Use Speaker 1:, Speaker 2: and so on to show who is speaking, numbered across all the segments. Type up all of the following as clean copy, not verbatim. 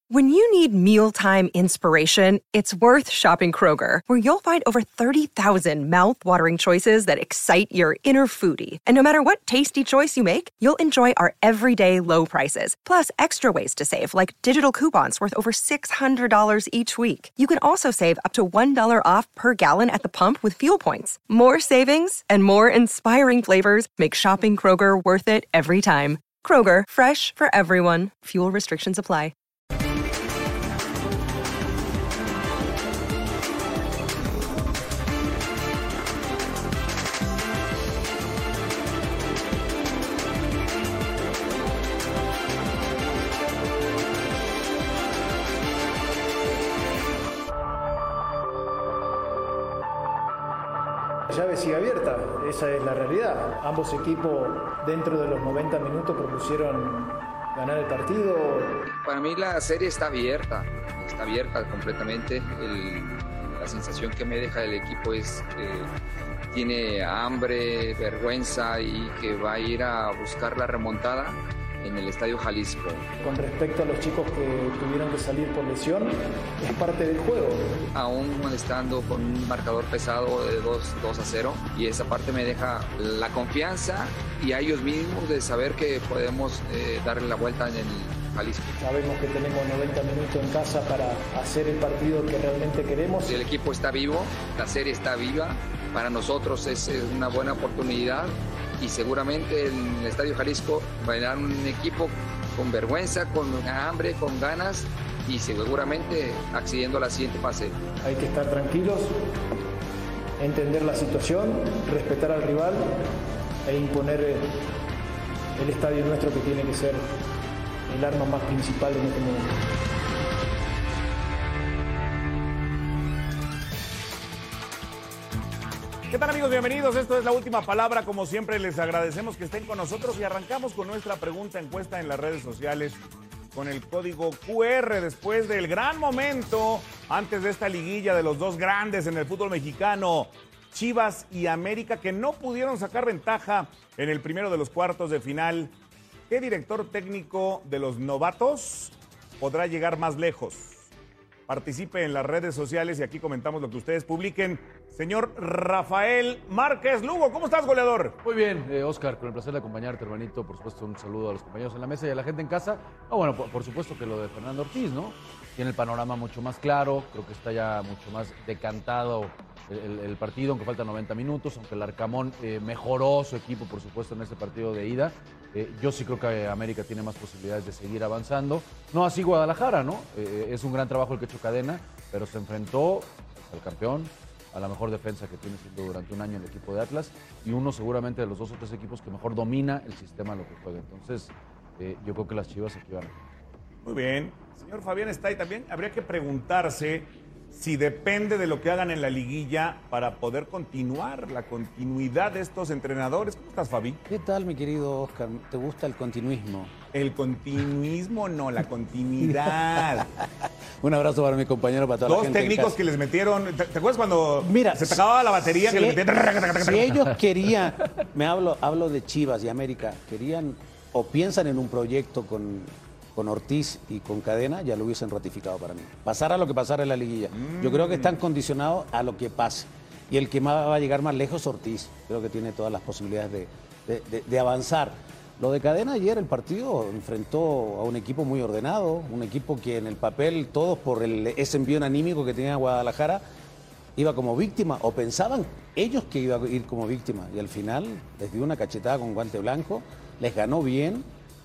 Speaker 1: When you need mealtime inspiration, it's worth shopping Kroger, where you'll find over 30,000 mouth-watering choices that excite your inner foodie. And no matter what tasty choice you make, you'll enjoy our everyday low prices, plus extra ways to save, like digital coupons worth over $600 each week. You can also save up to $1 off per gallon at the pump with fuel points. More savings and more inspiring flavors make shopping Kroger worth it every time. Kroger, fresh for everyone. Fuel restrictions apply.
Speaker 2: La llave sigue abierta, esa es la realidad. Ambos equipos dentro de los 90 minutos propusieron ganar el partido.
Speaker 3: Para mí la serie está abierta completamente. La sensación que me deja el equipo es que tiene hambre, vergüenza y que va a ir a buscar la remontada en el Estadio Jalisco.
Speaker 2: Con respecto a los chicos que tuvieron que salir por lesión, es parte del juego.
Speaker 3: Aún estando con un marcador pesado de 2-0, y esa parte me deja la confianza y a ellos mismos de saber que podemos darle la vuelta en el Jalisco.
Speaker 2: Sabemos que tenemos 90 minutos en casa para hacer el partido que realmente queremos.
Speaker 3: El equipo está vivo, la serie está viva, para nosotros es una buena oportunidad. Y seguramente en el Estadio Jalisco va a dar un equipo con vergüenza, con hambre, con ganas y seguramente accediendo a la siguiente fase.
Speaker 2: Hay que estar tranquilos, entender la situación, respetar al rival e imponer el estadio nuestro, que tiene que ser el arma más principal en este momento.
Speaker 4: ¿Qué tal, amigos? Bienvenidos. Esto es La Última Palabra. Como siempre, les agradecemos que estén con nosotros y arrancamos con nuestra pregunta encuesta en las redes sociales con el código QR. Después del gran momento antes de esta liguilla de los dos grandes en el fútbol mexicano, Chivas y América, que no pudieron sacar ventaja en el primero de los cuartos de final, ¿qué director técnico de los novatos podrá llegar más lejos? Participe en las redes sociales y aquí comentamos lo que ustedes publiquen. Señor Rafael Márquez Lugo, ¿cómo estás, goleador?
Speaker 5: Muy bien, Oscar, con el placer de acompañarte, hermanito. Por supuesto, un saludo a los compañeros en la mesa y a la gente en casa. Bueno, por supuesto que lo de Fernando Ortiz, ¿no? Tiene el panorama mucho más claro, creo que está ya mucho más decantado el partido, aunque faltan 90 minutos, aunque el Arcamón mejoró su equipo, por supuesto, en este partido de ida. Yo sí creo que América tiene más posibilidades de seguir avanzando. No así Guadalajara, ¿no? Es un gran trabajo el que ha hecho Cadena, pero se enfrentó al campeón, a la mejor defensa que tiene siendo durante un año el equipo de Atlas, y uno seguramente de los dos o tres equipos que mejor domina el sistema de lo que juega. Entonces, yo creo que las Chivas aquí van.
Speaker 4: Muy bien. Señor Fabián está ahí también. Habría que preguntarse si depende de lo que hagan en la liguilla para poder continuar, la continuidad de estos entrenadores. ¿Cómo estás, Fabi?
Speaker 6: ¿Qué tal, mi querido Oscar? ¿Te gusta el continuismo?
Speaker 4: El continuismo no, la continuidad.
Speaker 6: Un abrazo para mi compañero, para toda la gente.
Speaker 4: Dos técnicos que les metieron. ¿Te acuerdas cuando se te acababa la batería?
Speaker 6: Si,
Speaker 4: que les metían...
Speaker 6: si ellos querían, hablo de Chivas y América, querían o piensan en un proyecto con Ortiz y con Cadena, ya lo hubiesen ratificado para mí. Pasara lo que pasara en la liguilla. Yo creo que están condicionados a lo que pase. Y el que más va a llegar más lejos es Ortiz. Creo que tiene todas las posibilidades de avanzar. Lo de Cadena ayer, el partido enfrentó a un equipo muy ordenado, un equipo que en el papel, todos por ese envío anímico que tenía Guadalajara, iba como víctima, o pensaban ellos que iba a ir como víctima. Y al final les dio una cachetada con guante blanco, les ganó bien.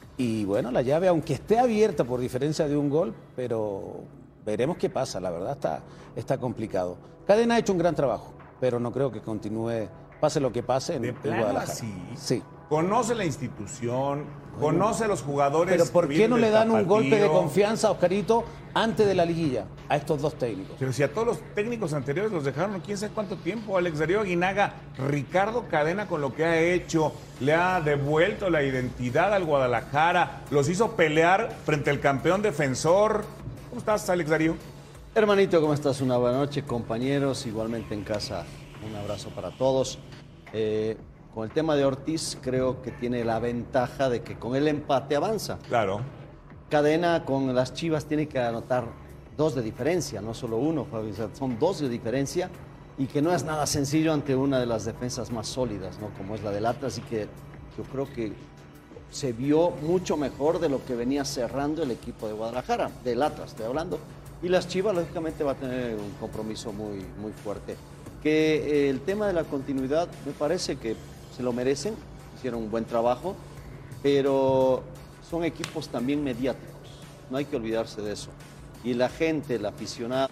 Speaker 6: Y bueno, la llave, aunque esté abierta por diferencia de un gol, pero veremos qué pasa, la verdad está complicado. Cadena ha hecho un gran trabajo, pero no creo que continúe, pase lo que pase en Guadalajara.
Speaker 4: Así.
Speaker 6: Sí.
Speaker 4: Conoce la institución, conoce a los jugadores.
Speaker 6: Pero ¿por qué no le dan un golpe de confianza a Oscarito antes de la liguilla a estos dos técnicos?
Speaker 4: Pero si a todos los técnicos anteriores los dejaron quién sabe cuánto tiempo, Alex Darío Aguinaga, Ricardo Cadena con lo que ha hecho, le ha devuelto la identidad al Guadalajara, los hizo pelear frente al campeón defensor. ¿Cómo estás, Alex Darío?
Speaker 7: Hermanito, ¿cómo estás? Una buena noche, compañeros, igualmente en casa, un abrazo para todos. Con el tema de Ortiz, creo que tiene la ventaja de que con el empate avanza.
Speaker 4: Claro.
Speaker 7: Cadena con las Chivas tiene que anotar 2 de diferencia, no solo 1, Fabi, o sea, son 2 de diferencia y que no es nada sencillo ante una de las defensas más sólidas, ¿no? Como es la del Atlas, y que yo creo que se vio mucho mejor de lo que venía cerrando el equipo de Guadalajara, del Atlas estoy hablando, y las Chivas lógicamente va a tener un compromiso muy, muy fuerte. Que el tema de la continuidad me parece que se lo merecen, hicieron un buen trabajo, pero son equipos también mediáticos, no hay que olvidarse de eso. Y la gente, el aficionado,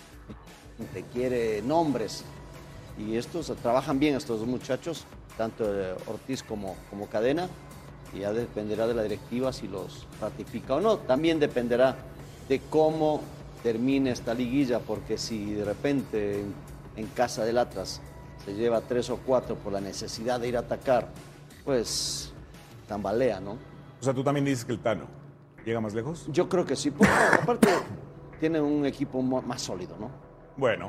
Speaker 7: te quiere nombres. Y estos trabajan bien, estos dos muchachos, tanto Ortiz como Cadena, y ya dependerá de la directiva si los ratifica o no. También dependerá de cómo termine esta liguilla, porque si de repente en casa del Atlas se lleva 3 o 4 por la necesidad de ir a atacar, pues tambalea, ¿no?
Speaker 4: O sea, tú también dices que el Tano llega más lejos.
Speaker 7: Yo creo que sí, porque aparte tiene un equipo más sólido, ¿no?
Speaker 4: Bueno,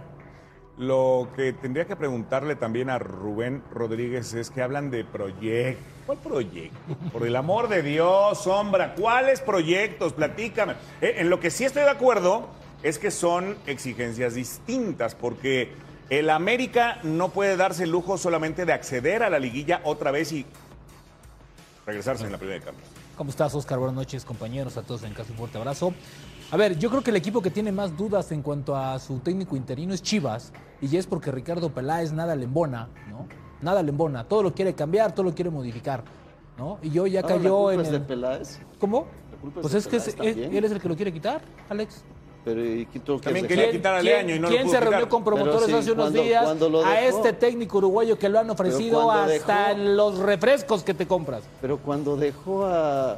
Speaker 4: lo que tendría que preguntarle también a Rubén Rodríguez es que hablan de proyecto. ¿Cuál proyecto? Por el amor de Dios, Sombra, ¿cuáles proyectos? Platícame. En lo que sí estoy de acuerdo es que son exigencias distintas, porque el América no puede darse el lujo solamente de acceder a la liguilla otra vez y regresarse en la primera de cambio.
Speaker 8: ¿Cómo estás, Oscar? Buenas noches, compañeros, a todos en casa, un fuerte abrazo. A ver, yo creo que el equipo que tiene más dudas en cuanto a su técnico interino es Chivas, y ya es porque Ricardo Peláez nada le embona, ¿no? Nada le embona, todo lo quiere cambiar, todo lo quiere modificar, ¿no? Y yo ya cayó en
Speaker 7: el... de Peláez?
Speaker 8: ¿Cómo?
Speaker 7: La culpa
Speaker 8: Pues
Speaker 7: es
Speaker 8: es
Speaker 7: de
Speaker 8: que
Speaker 7: Peláez
Speaker 8: él es el que lo quiere quitar, Alex.
Speaker 7: Pero ¿y tú
Speaker 4: también quería quitar a Leaño y no lo pudo
Speaker 8: ¿Quién se reunió
Speaker 4: quitar?
Speaker 8: con promotores hace unos días a este técnico uruguayo que lo han ofrecido hasta los refrescos que te compras?
Speaker 7: Pero cuando dejó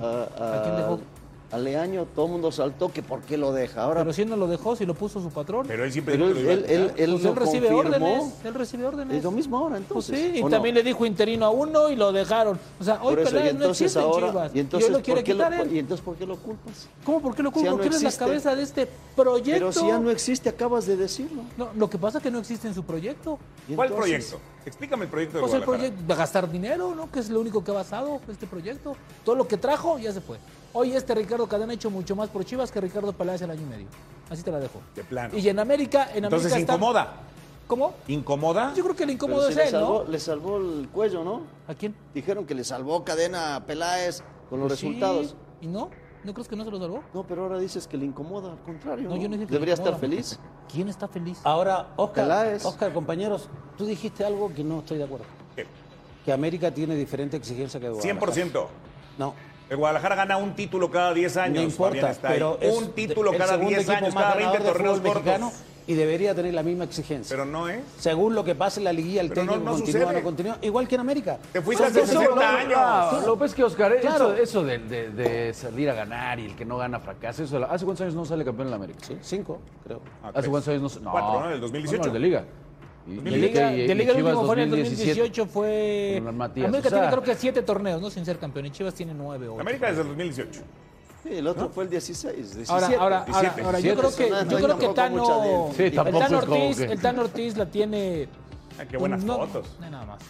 Speaker 8: ¿A quién dejó?
Speaker 7: A Leaño, todo el mundo saltó que por qué lo deja. Ahora,
Speaker 8: pero si él no lo dejó, si lo puso su patrón.
Speaker 4: Pero él siempre
Speaker 7: pero
Speaker 4: dijo que lo iba a quitar.
Speaker 7: él
Speaker 8: Pues
Speaker 7: lo
Speaker 8: él recibe
Speaker 7: confirmó.
Speaker 8: órdenes. Él recibe órdenes.
Speaker 7: Es lo mismo ahora,
Speaker 8: Pues
Speaker 7: entonces.
Speaker 8: sí, y
Speaker 7: ¿o
Speaker 8: también
Speaker 7: no?
Speaker 8: le dijo interino a uno y lo dejaron. O sea, hoy
Speaker 7: Por eso,
Speaker 8: Peláez
Speaker 7: y entonces
Speaker 8: no existe
Speaker 7: ahora,
Speaker 8: en Chivas.
Speaker 7: y entonces,
Speaker 8: él lo quiere quitar él.
Speaker 7: ¿Y entonces por qué lo culpas?
Speaker 8: ¿Cómo? ¿Por qué lo
Speaker 7: Si ya
Speaker 8: culpo?
Speaker 7: no
Speaker 8: ¿Quién es la
Speaker 7: existe.
Speaker 8: cabeza de este proyecto?
Speaker 7: Pero si ya no existe, acabas de decirlo.
Speaker 8: No, lo que pasa es que no existe en su proyecto.
Speaker 7: ¿Y
Speaker 4: ¿Cuál
Speaker 7: entonces?
Speaker 4: proyecto? Explícame el proyecto de
Speaker 8: Pues el
Speaker 4: Guadalajara.
Speaker 8: proyecto de gastar dinero, ¿no? Que es lo único que ha basado este proyecto. Todo lo que trajo ya se fue. Hoy Ricardo Cadena ha hecho mucho más por Chivas que Ricardo Peláez el año y medio. Así te la dejo.
Speaker 4: De plano.
Speaker 8: Y en América,
Speaker 4: Entonces
Speaker 8: está...
Speaker 4: incomoda.
Speaker 8: ¿Cómo?
Speaker 4: ¿Incomoda?
Speaker 8: Yo creo que el
Speaker 7: Pero
Speaker 8: incómodo
Speaker 7: si
Speaker 8: es él, ¿no?
Speaker 7: le salvó el cuello, ¿no?
Speaker 8: ¿A quién?
Speaker 7: Dijeron que le salvó Cadena a Peláez con los
Speaker 8: Pues sí.
Speaker 7: resultados.
Speaker 8: ¿Y no? ¿No crees que no se lo salvó?
Speaker 7: No, pero ahora dices que le incomoda, al contrario.
Speaker 8: No, yo no dije que
Speaker 7: Debería
Speaker 8: le
Speaker 7: estar
Speaker 8: incomoda.
Speaker 7: feliz.
Speaker 8: ¿Quién está feliz?
Speaker 6: Ahora,
Speaker 7: Peláez.
Speaker 6: Oscar, compañeros, tú dijiste algo que no estoy de acuerdo.
Speaker 4: ¿Qué?
Speaker 6: Que América tiene diferente exigencia que Guadalajara.
Speaker 4: 100%.
Speaker 6: No.
Speaker 4: El Guadalajara gana un título cada 10 años.
Speaker 6: No importa,
Speaker 4: Fabián está ahí.
Speaker 6: pero es
Speaker 4: un título
Speaker 6: el
Speaker 4: cada
Speaker 6: segundo
Speaker 4: 10
Speaker 6: equipo
Speaker 4: años,
Speaker 6: más
Speaker 4: cada 20
Speaker 6: ganador de
Speaker 4: torneos
Speaker 6: fútbol
Speaker 4: cortos.
Speaker 6: mexicano y debería tener la misma exigencia.
Speaker 4: Pero no es.
Speaker 6: Según lo que pase en la liguilla, el
Speaker 4: Pero no-
Speaker 6: técnico
Speaker 4: no
Speaker 6: continúa o
Speaker 4: sucede.
Speaker 6: no continúa, igual que en América.
Speaker 4: Te fuiste
Speaker 6: Son
Speaker 4: hace
Speaker 6: dos
Speaker 4: 60
Speaker 6: equipos.
Speaker 4: años.
Speaker 5: Lo que pasa es que, Oscar,
Speaker 6: Claro.
Speaker 5: eso de salir a ganar y el que no gana fracasa, eso, ¿hace cuántos años no sale campeón en la América?
Speaker 6: Sí, 5, creo.
Speaker 4: Ah,
Speaker 5: ¿Hace cuántos años no sale?
Speaker 4: 4, ¿no? Del 2018.
Speaker 5: No, el de Liga. Y
Speaker 8: De Liga,
Speaker 5: y
Speaker 8: de Liga el
Speaker 5: Chivas
Speaker 8: último fue en el
Speaker 5: 2017.
Speaker 8: 2018, fue...
Speaker 5: Con Matías,
Speaker 8: América
Speaker 5: o sea-
Speaker 8: tiene creo que 7 torneos, ¿no? Sin ser campeón. Y Chivas tiene 9 o 8.
Speaker 4: América desde el 2018.
Speaker 7: Sí, el otro fue el 16, 17.
Speaker 8: Ahora,
Speaker 4: 17.
Speaker 8: yo creo que,
Speaker 7: No,
Speaker 8: yo creo que
Speaker 7: tampoco mucha
Speaker 8: Tano,
Speaker 5: Sí, tampoco es como que-
Speaker 8: el Tano Ortiz la tiene...
Speaker 4: Ah, qué buenas
Speaker 8: no,
Speaker 4: fotos.
Speaker 8: No hay nada más.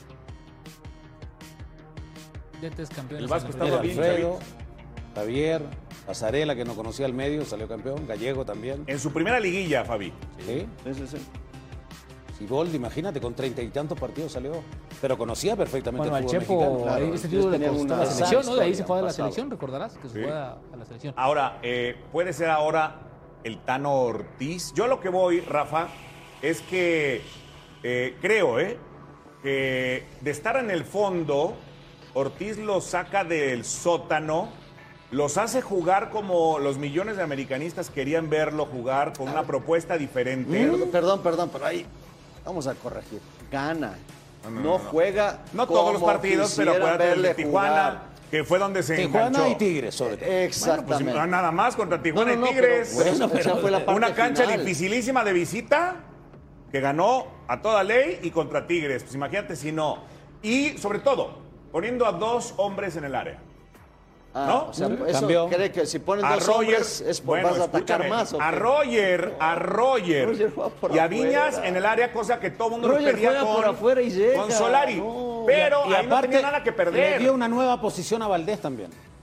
Speaker 8: Ya es campeón.
Speaker 4: El Vasco
Speaker 8: Está
Speaker 4: estaba
Speaker 6: Mira,
Speaker 4: bien,
Speaker 6: Alfredo, Javier, Pasarela, que no conocía al medio, salió campeón. Gallego también.
Speaker 4: En su primera liguilla, Fabi.
Speaker 6: Sí.
Speaker 7: Sí.
Speaker 6: Siboldi, imagínate, con 30 y tantos partidos salió. Pero conocía perfectamente
Speaker 8: Bueno, al
Speaker 6: el fútbol
Speaker 8: Chepo,
Speaker 6: mexicano.
Speaker 7: claro.
Speaker 8: ese título le
Speaker 7: Ellos
Speaker 8: costó
Speaker 7: tenían
Speaker 8: a la
Speaker 7: una
Speaker 8: selección, ¿no? De ahí se
Speaker 7: historia
Speaker 8: fue a la
Speaker 7: pasado.
Speaker 8: selección, recordarás que se
Speaker 4: Sí.
Speaker 8: fue a la selección.
Speaker 4: Ahora, puede ser ahora el Tano Ortiz. Yo lo que voy, Rafa, es que creo, que de estar en el fondo, Ortiz los saca del sótano, los hace jugar como los millones de americanistas querían verlo jugar, con una propuesta diferente.
Speaker 7: Perdón, pero ahí vamos a corregir. Gana.
Speaker 4: No.
Speaker 7: Juega.
Speaker 4: No todos los
Speaker 7: como
Speaker 4: partidos, pero
Speaker 7: quisieran
Speaker 4: acuérdate del de
Speaker 7: verle
Speaker 4: Tijuana,
Speaker 7: jugar.
Speaker 4: que fue donde se
Speaker 6: Tijuana
Speaker 4: enganchó.
Speaker 6: y Tigres, sobre todo.
Speaker 7: Exactamente.
Speaker 4: Pues nada más contra Tijuana
Speaker 7: No,
Speaker 4: y Tigres.
Speaker 7: pero esa fue la parte
Speaker 4: Una cancha
Speaker 7: final.
Speaker 4: dificilísima de visita que ganó a toda ley y contra Tigres. Pues imagínate si no. Y sobre todo, poniendo a 2 hombres en el área. ¿no?
Speaker 7: O sea, eso
Speaker 6: Cambió.
Speaker 7: cree que si ponen
Speaker 4: A
Speaker 7: dos
Speaker 4: Roger,
Speaker 7: hombres es por
Speaker 4: bueno,
Speaker 7: vas a atacar
Speaker 4: escúchame,
Speaker 7: más. ¿o
Speaker 4: a
Speaker 7: qué?
Speaker 4: Roger
Speaker 7: Roger juega por
Speaker 4: y a Viñas
Speaker 7: afuera.
Speaker 4: en el área, cosa que todo el mundo
Speaker 7: Roger
Speaker 4: le pedía
Speaker 7: juega por afuera y llega,
Speaker 4: con Solari.
Speaker 7: no.
Speaker 4: Pero
Speaker 6: Y
Speaker 4: ahí no tenía nada que perder.
Speaker 6: le dio una nueva posición a Valdés también.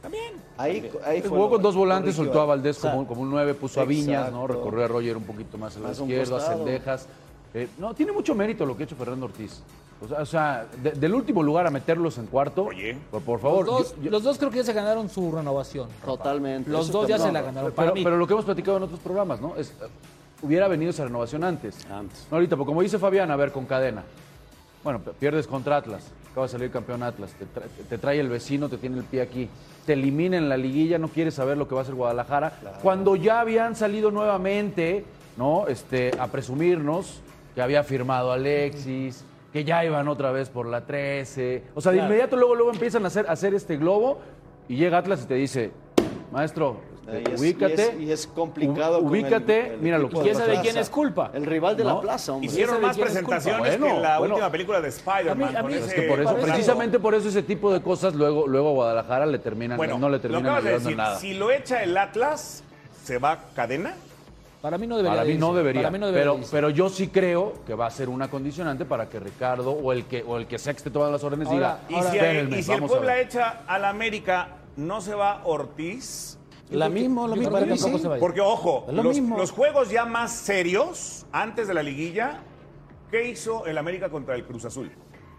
Speaker 7: Ahí
Speaker 5: Jugó con dos volantes,
Speaker 7: corrigió.
Speaker 5: soltó a Valdés
Speaker 6: O sea,
Speaker 5: como un 9, puso a Viñas, ¿no?
Speaker 7: exacto.
Speaker 5: Recorrió a Roger un poquito más a la
Speaker 7: Más a un
Speaker 5: izquierda, a
Speaker 7: costado.
Speaker 5: Cendejas. No, tiene mucho mérito lo que ha hecho Fernando Ortiz. O sea, del último lugar a meterlos en cuarto,
Speaker 4: Oye.
Speaker 5: por favor.
Speaker 8: Los dos creo que ya se ganaron su renovación. Rafa.
Speaker 7: Totalmente.
Speaker 8: Los
Speaker 7: Eso
Speaker 8: dos ya
Speaker 7: no,
Speaker 8: se la ganaron. Para
Speaker 5: pero,
Speaker 8: mí.
Speaker 5: pero lo que hemos platicado en otros programas, ¿no? Hubiera venido esa renovación antes.
Speaker 6: Antes.
Speaker 5: No ahorita, porque como dice Fabián, a ver, con cadena. Bueno, pierdes contra Atlas, acaba de salir campeón Atlas, te trae el vecino, te tiene el pie aquí, te elimina en la liguilla, no quieres saber lo que va a hacer Guadalajara, cuando ya habían salido nuevamente, ¿no? A presumirnos que había firmado Alexis, que ya iban otra vez por la 13. O sea, de inmediato luego empiezan a hacer este globo y llega Atlas y te dice, maestro, ubícate.
Speaker 7: Y es complicado. con
Speaker 5: Ubícate, mira lo
Speaker 7: equipo
Speaker 5: que
Speaker 8: ¿Y esa de
Speaker 7: plaza.
Speaker 8: quién es culpa?
Speaker 7: El rival de
Speaker 5: ¿No?
Speaker 7: la plaza, hombre.
Speaker 4: Hicieron
Speaker 8: ¿Esa de
Speaker 4: más
Speaker 8: quién es culpa?
Speaker 4: presentaciones que
Speaker 5: Bueno,
Speaker 4: en la
Speaker 5: bueno.
Speaker 4: última película de Spider-Man.
Speaker 8: A mí
Speaker 4: con
Speaker 8: es
Speaker 4: ese
Speaker 5: que por eso,
Speaker 8: parece-
Speaker 5: precisamente por eso ese tipo de cosas luego a Guadalajara le terminan,
Speaker 4: Bueno,
Speaker 5: no le
Speaker 4: lo
Speaker 5: terminan
Speaker 4: acabas de
Speaker 5: ayudando
Speaker 4: decir,
Speaker 5: en nada.
Speaker 4: si lo echa el Atlas, ¿se va cadena?
Speaker 8: Para mí no debería.
Speaker 5: Para mí no
Speaker 8: irse.
Speaker 5: debería,
Speaker 8: Para mí no debería irse.
Speaker 5: pero yo sí creo que va a ser una condicionante para que Ricardo o el que sea que esté tomando las órdenes
Speaker 8: Ahora,
Speaker 5: diga,
Speaker 4: Y si,
Speaker 5: espérenme,
Speaker 4: y si el
Speaker 5: vamos a
Speaker 4: Puebla
Speaker 5: ver.
Speaker 4: echa al América, ¿no se va Ortiz?
Speaker 6: Lo mismo,
Speaker 8: yo
Speaker 6: mismo.
Speaker 8: creo
Speaker 6: Para
Speaker 8: que
Speaker 6: mí
Speaker 8: tampoco
Speaker 6: sí.
Speaker 8: se va a ir.
Speaker 4: Porque, ojo,
Speaker 6: Es lo mismo.
Speaker 4: los juegos ya más serios, antes de la liguilla, ¿qué hizo el América contra el Cruz Azul?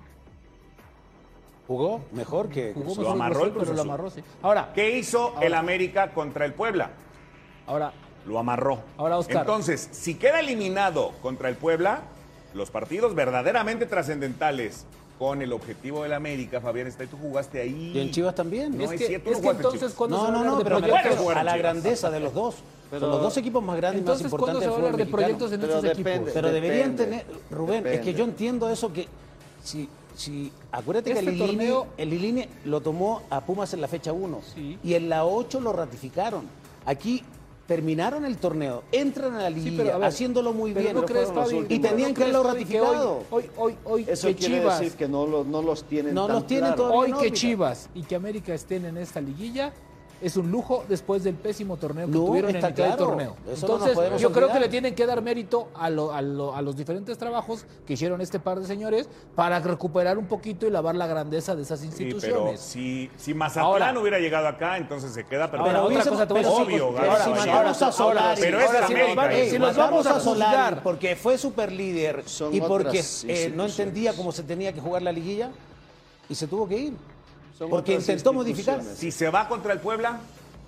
Speaker 6: Jugó mejor que
Speaker 8: Jugó
Speaker 6: Cruz
Speaker 4: Lo
Speaker 8: mejor
Speaker 4: amarró
Speaker 8: Cruz
Speaker 4: el
Speaker 8: Azul,
Speaker 4: Cruz
Speaker 8: pero lo
Speaker 4: Azul.
Speaker 8: amarró, sí. Ahora,
Speaker 4: ¿Qué hizo el América contra el Puebla?
Speaker 8: ahora,
Speaker 4: Lo amarró.
Speaker 8: Ahora, Oscar.
Speaker 4: Entonces, si queda eliminado contra el Puebla, los partidos verdaderamente trascendentales con el objetivo del América, Fabián, tú jugaste ahí.
Speaker 6: Y en Chivas también.
Speaker 4: No,
Speaker 8: es
Speaker 4: es
Speaker 8: que,
Speaker 4: cierto,
Speaker 8: es
Speaker 4: no
Speaker 8: que
Speaker 4: jugaste en
Speaker 8: entonces
Speaker 4: Chivas.
Speaker 8: cuando se va a
Speaker 6: No,
Speaker 8: hablar
Speaker 6: no,
Speaker 8: de
Speaker 6: pero me
Speaker 4: puedes
Speaker 8: proyectos,
Speaker 6: refiero
Speaker 4: jugar
Speaker 6: a
Speaker 4: en
Speaker 6: la
Speaker 4: Chivas.
Speaker 6: grandeza de los dos. Son los dos equipos más grandes y más
Speaker 8: entonces ¿cuándo
Speaker 6: importantes
Speaker 8: se va a
Speaker 6: del
Speaker 8: hablar de
Speaker 6: fútbol mexicano.
Speaker 8: proyectos en
Speaker 7: Pero
Speaker 8: estos
Speaker 7: depende.
Speaker 8: equipos?
Speaker 6: Pero deberían
Speaker 7: Depende.
Speaker 6: tener, Rubén, es que
Speaker 7: Depende.
Speaker 6: yo entiendo eso que si acuérdate
Speaker 8: Este
Speaker 6: que
Speaker 8: torneo-
Speaker 6: el Lilini lo tomó a Pumas en la fecha 1
Speaker 8: Sí.
Speaker 6: y en la 8 lo ratificaron. Aquí terminaron el torneo, entran a la
Speaker 8: Sí,
Speaker 6: liguilla,
Speaker 8: pero a ver,
Speaker 6: haciendo muy
Speaker 8: pero
Speaker 6: bien.
Speaker 8: ¿no crees,
Speaker 7: fueron los
Speaker 8: Fabi?
Speaker 7: últimos.
Speaker 6: Y tenían
Speaker 8: ¿No
Speaker 6: que haberlo
Speaker 8: crees, Fabi, que
Speaker 6: ratificado.
Speaker 8: Hoy
Speaker 7: Eso
Speaker 8: que
Speaker 7: quiere
Speaker 8: Chivas,
Speaker 7: decir que no los tienen
Speaker 6: No
Speaker 7: tan
Speaker 6: los tienen
Speaker 7: claro.
Speaker 6: todavía.
Speaker 8: hoy
Speaker 6: en
Speaker 8: que
Speaker 6: órbita.
Speaker 8: Chivas y que América estén en esta liguilla es un lujo después del pésimo torneo que
Speaker 6: No,
Speaker 8: tuvieron en
Speaker 6: está
Speaker 8: mitad del
Speaker 6: claro.
Speaker 8: torneo.
Speaker 6: Eso no nos
Speaker 8: Entonces,
Speaker 6: podemos
Speaker 8: yo creo
Speaker 6: olvidar.
Speaker 8: que le tienen que dar mérito a los diferentes trabajos que hicieron este par de señores para recuperar un poquito y lavar la grandeza de esas
Speaker 4: Sí, pero
Speaker 8: instituciones.
Speaker 4: si Mazatlán
Speaker 8: Ahora-
Speaker 4: hubiera llegado acá, entonces se queda, pero
Speaker 8: Ahora, otra cosa te voy a decir.
Speaker 4: obvio,
Speaker 6: pero
Speaker 4: Gabo,
Speaker 6: si
Speaker 4: oye.
Speaker 6: matamos a Solari,
Speaker 4: pero ese es
Speaker 8: si
Speaker 4: América,
Speaker 8: nos
Speaker 4: ¿eh?
Speaker 8: si nos vamos a
Speaker 6: Solari
Speaker 8: juzgar,
Speaker 6: porque fue super líder
Speaker 7: Son
Speaker 6: y porque
Speaker 7: otras
Speaker 6: no
Speaker 7: instituciones.
Speaker 6: entendía cómo se tenía que jugar la liguilla y se tuvo que ir.
Speaker 7: Son
Speaker 6: Porque
Speaker 7: otras
Speaker 6: intentó modificar.
Speaker 7: instituciones.
Speaker 4: Si se va contra el Puebla,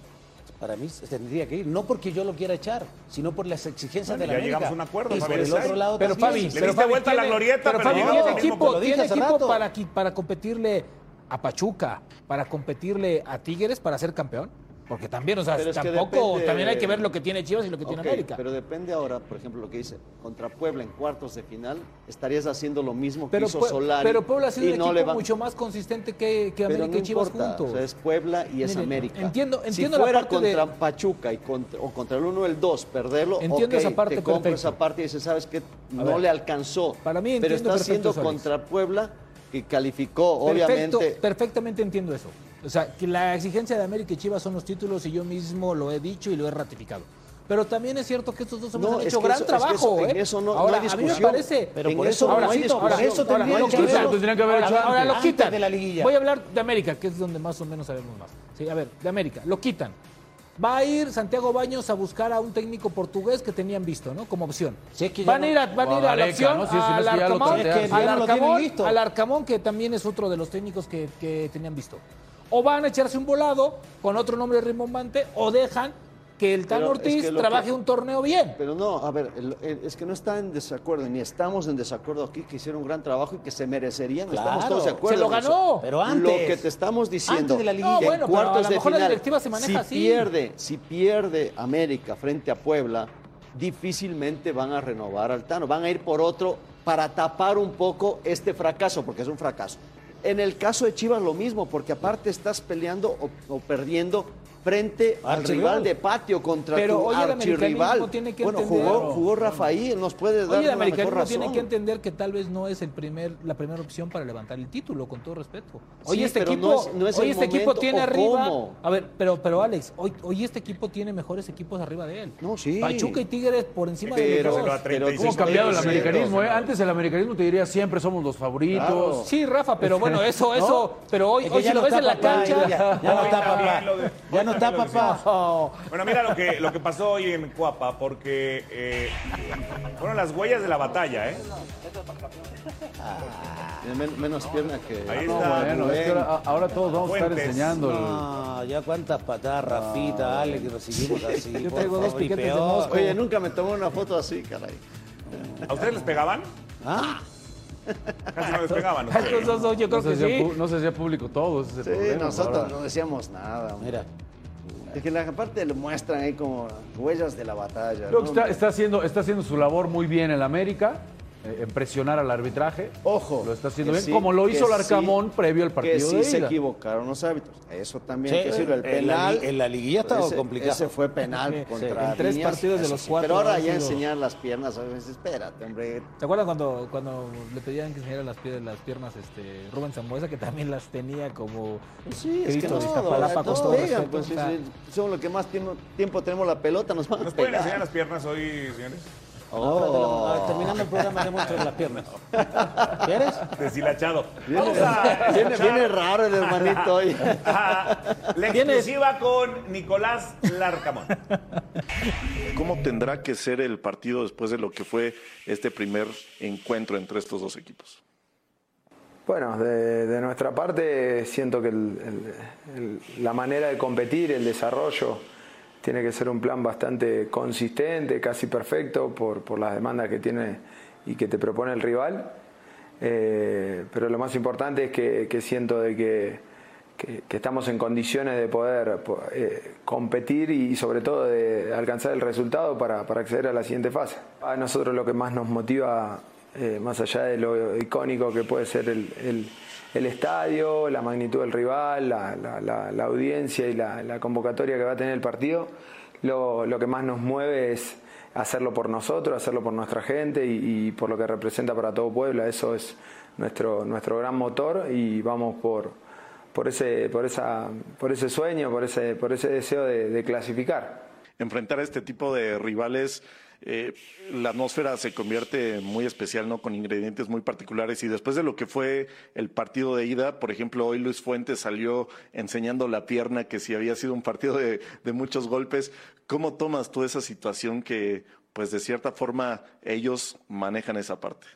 Speaker 6: Para mí se tendría que ir, no porque yo lo quiera echar, sino por las exigencias
Speaker 4: Bueno,
Speaker 6: de la
Speaker 4: ya
Speaker 6: América.
Speaker 4: llegamos a un acuerdo,
Speaker 6: Y por
Speaker 4: Fabián
Speaker 6: el otro
Speaker 4: Esay.
Speaker 6: lado
Speaker 8: pero
Speaker 6: también.
Speaker 8: Fabi,
Speaker 4: Le
Speaker 8: pero
Speaker 4: diste
Speaker 8: Fabi
Speaker 4: vuelta a la
Speaker 8: tiene-
Speaker 4: glorieta,
Speaker 8: pero
Speaker 4: pero
Speaker 8: Fabi
Speaker 4: llegamos
Speaker 8: tiene
Speaker 4: a lo mismo.
Speaker 8: equipo,
Speaker 6: Lo dije
Speaker 8: tiene
Speaker 6: hace
Speaker 8: equipo
Speaker 6: rato.
Speaker 8: para competirle a Pachuca, para competirle a Tigres para ser campeón. Porque también, o sea,
Speaker 7: Pero es que
Speaker 8: tampoco,
Speaker 7: depende-
Speaker 8: también hay que ver lo que tiene Chivas y lo que tiene
Speaker 7: Ok,
Speaker 8: América.
Speaker 7: pero depende ahora, por ejemplo, lo que dice, contra Puebla en cuartos de final, estarías haciendo lo mismo que hizo Solari.
Speaker 8: pero Puebla ha sido
Speaker 7: y
Speaker 8: un
Speaker 7: no
Speaker 8: equipo
Speaker 7: le va-
Speaker 8: mucho más consistente que
Speaker 7: Pero
Speaker 8: América
Speaker 7: no
Speaker 8: y Chivas
Speaker 7: importa,
Speaker 8: juntos.
Speaker 7: o sea, es Puebla y es
Speaker 8: Mire,
Speaker 7: América.
Speaker 8: entiendo
Speaker 7: si
Speaker 8: la
Speaker 7: fuera
Speaker 8: parte de-
Speaker 7: contra Pachuca o contra el 1 o el 2, perderlo,
Speaker 8: Entiendo
Speaker 7: ok,
Speaker 8: esa parte
Speaker 7: te compro
Speaker 8: perfecto.
Speaker 7: esa parte y dices, ¿sabes qué? No
Speaker 8: ver,
Speaker 7: le alcanzó.
Speaker 8: para mí
Speaker 7: pero
Speaker 8: entiendo
Speaker 7: está haciendo
Speaker 8: perfecto eso, Alex.
Speaker 7: contra Puebla, que calificó, obviamente.
Speaker 8: Perfectamente entiendo eso. O sea, que la exigencia de América y Chivas son los títulos y yo mismo lo he dicho y lo he ratificado. Pero también es cierto que estos dos hombres
Speaker 7: No,
Speaker 8: han
Speaker 7: es
Speaker 8: hecho
Speaker 7: que
Speaker 8: gran
Speaker 7: eso- es que
Speaker 8: trabajo.
Speaker 7: eso- en
Speaker 8: ¿eh?
Speaker 7: eso no
Speaker 8: Ahora,
Speaker 7: hay
Speaker 8: a mí me
Speaker 7: discusión.
Speaker 8: parece.
Speaker 6: Pero
Speaker 7: En
Speaker 6: por
Speaker 7: eso
Speaker 6: eso
Speaker 7: no
Speaker 6: no
Speaker 7: hay
Speaker 6: hay
Speaker 7: discusión.
Speaker 6: Por eso
Speaker 8: ahora,
Speaker 6: tendrían
Speaker 8: lo
Speaker 6: que
Speaker 8: quitan.
Speaker 6: haberlo-
Speaker 5: Lo tendrían que haber hecho
Speaker 8: Ahora lo
Speaker 6: antes
Speaker 8: quitan.
Speaker 6: de la liguilla.
Speaker 8: Voy a hablar de América, que es donde más o menos sabemos más. Sí, a ver, de América. Lo quitan. Va a ir Santiago Baños a buscar a un técnico portugués que tenían visto, ¿no? Como opción.
Speaker 6: Si es que ya
Speaker 8: van a ir a
Speaker 5: O a
Speaker 8: la
Speaker 5: Gareca,
Speaker 8: opción
Speaker 5: ¿no? Si es que no
Speaker 8: al
Speaker 5: es que ya lo
Speaker 8: Arcamón,
Speaker 5: tantearon.
Speaker 6: Es que ya no lo tienen listo.
Speaker 8: al Arcamón, que también es otro de los técnicos que tenían visto. O van a echarse un volado con otro nombre rimbombante o dejan que el Tan
Speaker 7: Pero es
Speaker 8: Ortiz
Speaker 7: que lo
Speaker 8: trabaje
Speaker 7: que-
Speaker 8: un torneo bien.
Speaker 7: Pero no, a ver, es que no está en desacuerdo, ni estamos en desacuerdo aquí, que hicieron un gran trabajo y que se merecerían,
Speaker 6: Claro,
Speaker 7: estamos todos de acuerdo.
Speaker 8: se lo
Speaker 7: en eso.
Speaker 8: ganó.
Speaker 6: Pero antes.
Speaker 7: Lo que te estamos diciendo,
Speaker 6: antes de la liguilla.
Speaker 8: No,
Speaker 7: que
Speaker 8: bueno,
Speaker 7: en
Speaker 8: pero a
Speaker 7: cuartos
Speaker 8: lo
Speaker 7: de
Speaker 8: mejor la
Speaker 7: final,
Speaker 8: directiva se maneja así.
Speaker 7: si pierde América frente a Puebla, difícilmente van a renovar al Tano, van a ir por otro para tapar un poco este fracaso, porque es un fracaso. En el caso de Chivas lo mismo, porque aparte estás peleando o perdiendo frente al rival de patio contra tu archirrival. Bueno, jugó Rafael, nos puede dar
Speaker 8: el
Speaker 7: una mejor razón.
Speaker 8: Tiene que entender que tal vez no es la primera opción para levantar el título, con todo respeto. Hoy
Speaker 7: Sí,
Speaker 8: este
Speaker 7: pero
Speaker 8: equipo,
Speaker 7: no es
Speaker 8: hoy
Speaker 7: el
Speaker 8: este equipo
Speaker 7: momento,
Speaker 8: tiene
Speaker 7: ¿o
Speaker 8: arriba.
Speaker 7: cómo?
Speaker 8: A ver, pero Alex, hoy este equipo tiene mejores equipos arriba de él.
Speaker 7: No, sí.
Speaker 8: Pachuca y Tigres por encima de
Speaker 7: Pero
Speaker 8: los dos.
Speaker 5: ¿Cómo ha cambiado el americanismo? Antes el americanismo te diría siempre somos los favoritos.
Speaker 7: Claro.
Speaker 8: Sí, Rafa, pero bueno, eso, pero hoy
Speaker 6: Es que
Speaker 8: si lo ves en la cancha.
Speaker 6: Ya no está, papá. Ya no está, papá.
Speaker 8: No.
Speaker 4: Bueno, mira lo que pasó hoy en Cuapa, porque fueron las huellas de la batalla, ¿eh?
Speaker 7: Tiene menos pierna que...
Speaker 4: Ahí
Speaker 5: No,
Speaker 4: está.
Speaker 5: bueno, es que ahora todos vamos a estar
Speaker 4: Fuentes.
Speaker 5: enseñando.
Speaker 6: No, ya cuántas patadas, Rafita, Ale, que recibimos así.
Speaker 8: Yo
Speaker 6: por
Speaker 8: traigo
Speaker 6: favor,
Speaker 8: dos
Speaker 6: y
Speaker 8: piquetes de
Speaker 6: peor.
Speaker 8: mosca.
Speaker 7: Oye, nunca me tomé una foto así, caray.
Speaker 4: ¿A ustedes les pegaban?
Speaker 6: ¿Ah?
Speaker 4: Casi no les pegaban.
Speaker 8: Estos
Speaker 4: ustedes.
Speaker 8: dos, yo creo que sí.
Speaker 5: No se hacía público todo, ese es el
Speaker 7: Sí,
Speaker 5: problema.
Speaker 7: nosotros
Speaker 5: Ahora,
Speaker 7: no decíamos nada. hombre.
Speaker 6: Mira.
Speaker 7: Es que la parte le muestran ahí como huellas de la batalla.
Speaker 5: Creo
Speaker 7: ¿no?
Speaker 5: que está haciendo su labor muy bien el América, en presionar al arbitraje.
Speaker 7: Ojo.
Speaker 5: Lo está haciendo
Speaker 7: que
Speaker 5: bien,
Speaker 7: sí,
Speaker 5: como lo hizo
Speaker 7: que
Speaker 5: Larcamón previo al partido
Speaker 7: que sí
Speaker 5: de
Speaker 7: se
Speaker 5: ida.
Speaker 7: equivocaron los árbitros. Eso también
Speaker 6: Sí,
Speaker 7: hay que decirlo. El
Speaker 6: en la
Speaker 7: penal.
Speaker 6: en la liguilla estaba
Speaker 7: ese-
Speaker 6: complicado.
Speaker 7: Ese fue penal
Speaker 8: Sí,
Speaker 7: contra
Speaker 8: en 3
Speaker 7: Viñas,
Speaker 8: partidos de
Speaker 7: eso
Speaker 8: los
Speaker 7: sí.
Speaker 8: 4
Speaker 7: Pero ahora
Speaker 8: ha
Speaker 7: ya
Speaker 8: sido-
Speaker 7: enseñar las piernas, a veces, espérate, hombre.
Speaker 8: ¿Te acuerdas cuando le pedían que enseñara las piernas Rubén Zambuesa, que también las tenía como
Speaker 7: Sí, es que
Speaker 8: Cristo
Speaker 7: no,
Speaker 8: de Iztapalapa, con
Speaker 7: nos
Speaker 8: todo
Speaker 7: pegan,
Speaker 8: respeto?
Speaker 7: pues,
Speaker 8: O sea,
Speaker 7: somos los que más tiempo tenemos la pelota, nos van a
Speaker 4: ¿Nos pueden
Speaker 7: pegar.
Speaker 4: enseñar las piernas hoy, señores?
Speaker 6: Terminando el programa, le muestro las piernas. ¿Quieres?
Speaker 4: Deshilachado. Vamos a
Speaker 7: Viene raro el hermanito hoy.
Speaker 4: la exclusiva con Nicolás Larcamón.
Speaker 9: ¿Cómo tendrá que ser el partido después de lo que fue este primer encuentro entre estos dos equipos?
Speaker 10: Bueno, de nuestra parte siento que la manera de competir, el desarrollo, tiene que ser un plan bastante consistente, casi perfecto por las demandas que tiene y que te propone el rival. Pero lo más importante es que siento de que estamos en condiciones de poder competir y sobre todo de alcanzar el resultado para acceder a la siguiente fase. A nosotros lo que más nos motiva, más allá de lo icónico que puede ser el estadio, la magnitud del rival, la audiencia y la convocatoria que va a tener el partido, lo que más nos mueve es hacerlo por nosotros, hacerlo por nuestra gente y por lo que representa para todo Puebla. Eso es nuestro gran motor y vamos por ese sueño, por ese deseo de clasificar.
Speaker 9: Enfrentar a este tipo de rivales, la atmósfera se convierte muy especial, ¿no? Con ingredientes muy particulares. Y después de lo que fue el partido de ida, por ejemplo, hoy Luis Fuentes salió enseñando la pierna, que si había sido un partido de muchos golpes. ¿Cómo tomas tú esa situación que, pues de cierta forma, ellos manejan esa parte?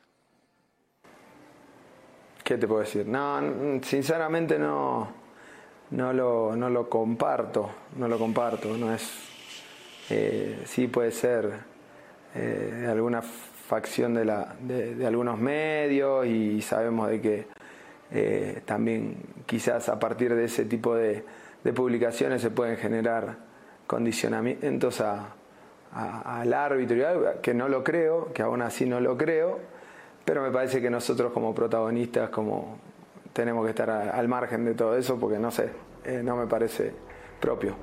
Speaker 10: ¿Qué te puedo decir? No, sinceramente no lo comparto. No es, sí puede ser de alguna facción de algunos medios y sabemos de que también quizás a partir de ese tipo de publicaciones se pueden generar condicionamientos al árbitro y algo, que no lo creo, que aún así no lo creo, pero me parece que nosotros como protagonistas tenemos que estar al margen de todo eso porque no sé, no me parece propio.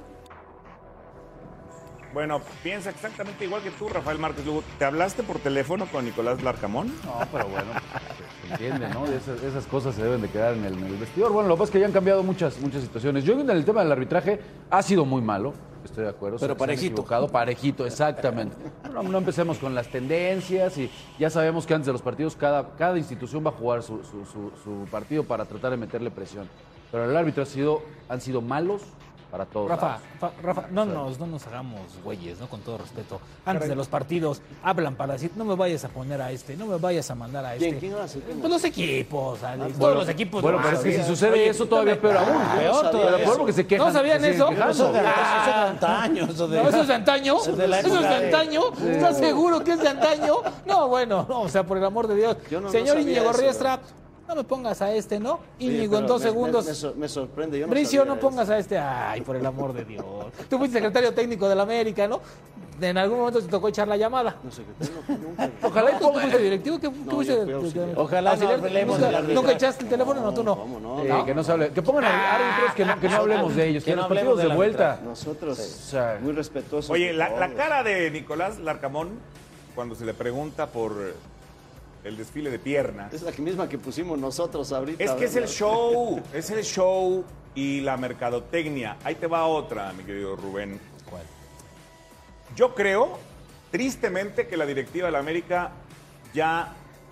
Speaker 4: Bueno, piensa exactamente igual que tú, Rafael Márquez Lugo. ¿Te hablaste por teléfono con Nicolás Larcamón?
Speaker 5: No, pero bueno, se entiende, ¿no? Esas cosas se deben de quedar en el vestidor. Bueno, lo que pasa es que ya han cambiado muchas situaciones. Yo en el tema del arbitraje ha sido muy malo, estoy de acuerdo.
Speaker 6: Pero
Speaker 5: se han
Speaker 6: parejito.
Speaker 5: equivocado, parejito, exactamente. No empecemos con las tendencias y ya sabemos que antes de los partidos cada institución va a jugar su partido para tratar de meterle presión. Pero el árbitro han sido malos para todos.
Speaker 8: Rafa, no nos hagamos güeyes, ¿no? Con todo respeto. Antes de los partidos hablan para decir, no me vayas a poner a este, no me vayas a mandar a este.
Speaker 7: ¿Quién hace?
Speaker 8: Pues los equipos, Alex, todos los equipos.
Speaker 5: Bueno, pero es que si sucede eso todavía peor aún.
Speaker 6: Peor todavía.
Speaker 5: Peor porque se quejan.
Speaker 8: ¿No sabían
Speaker 5: se siguen
Speaker 8: eso?
Speaker 5: quejando.
Speaker 6: Eso es de antaño.
Speaker 8: ¿Eso es de antaño?
Speaker 6: Eso es de la
Speaker 8: ¿Eso es
Speaker 6: época
Speaker 8: de
Speaker 6: de-
Speaker 8: antaño? ¿Estás seguro que es de antaño? No, bueno, no, o sea, por el amor de Dios.
Speaker 7: Yo no
Speaker 8: Señor
Speaker 7: sabía
Speaker 8: Íñigo
Speaker 7: eso,
Speaker 8: Riestra, no me pongas a este, ¿no? Íñigo en
Speaker 7: pero
Speaker 8: 2 segundos.
Speaker 7: Me sorprende. Yo no
Speaker 8: Bricio,
Speaker 7: sabía
Speaker 8: no pongas a este. Ay, por el amor de Dios. Tú fuiste secretario técnico del América, ¿no? en algún momento te tocó echar la llamada.
Speaker 7: No sé qué tengo, nunca.
Speaker 8: Ojalá y tú fuiste directivo. ¿Qué fuiste?
Speaker 6: Ojalá no hablemos del arbitraje.
Speaker 8: ¿Nunca echaste el teléfono? No, tú no.
Speaker 7: ¿Cómo no?
Speaker 5: Que no se hable, que pongan árbitros, que no hablemos de ellos, que
Speaker 6: no
Speaker 5: los
Speaker 6: hablemos
Speaker 5: partidos de
Speaker 6: del
Speaker 5: vuelta.
Speaker 7: Nosotros,
Speaker 5: O sea,
Speaker 7: muy respetuosos.
Speaker 4: Oye,
Speaker 7: de
Speaker 4: la
Speaker 7: todos.
Speaker 4: cara de Nicolás Larcamón, cuando se le pregunta por el desfile de piernas,
Speaker 7: Es la misma que pusimos nosotros ahorita.
Speaker 4: es que es el
Speaker 7: ¿verdad?
Speaker 4: show y la mercadotecnia. Ahí te va otra, mi querido Rubén.
Speaker 8: ¿Cuál?
Speaker 4: Yo creo, tristemente, que la directiva de la América ya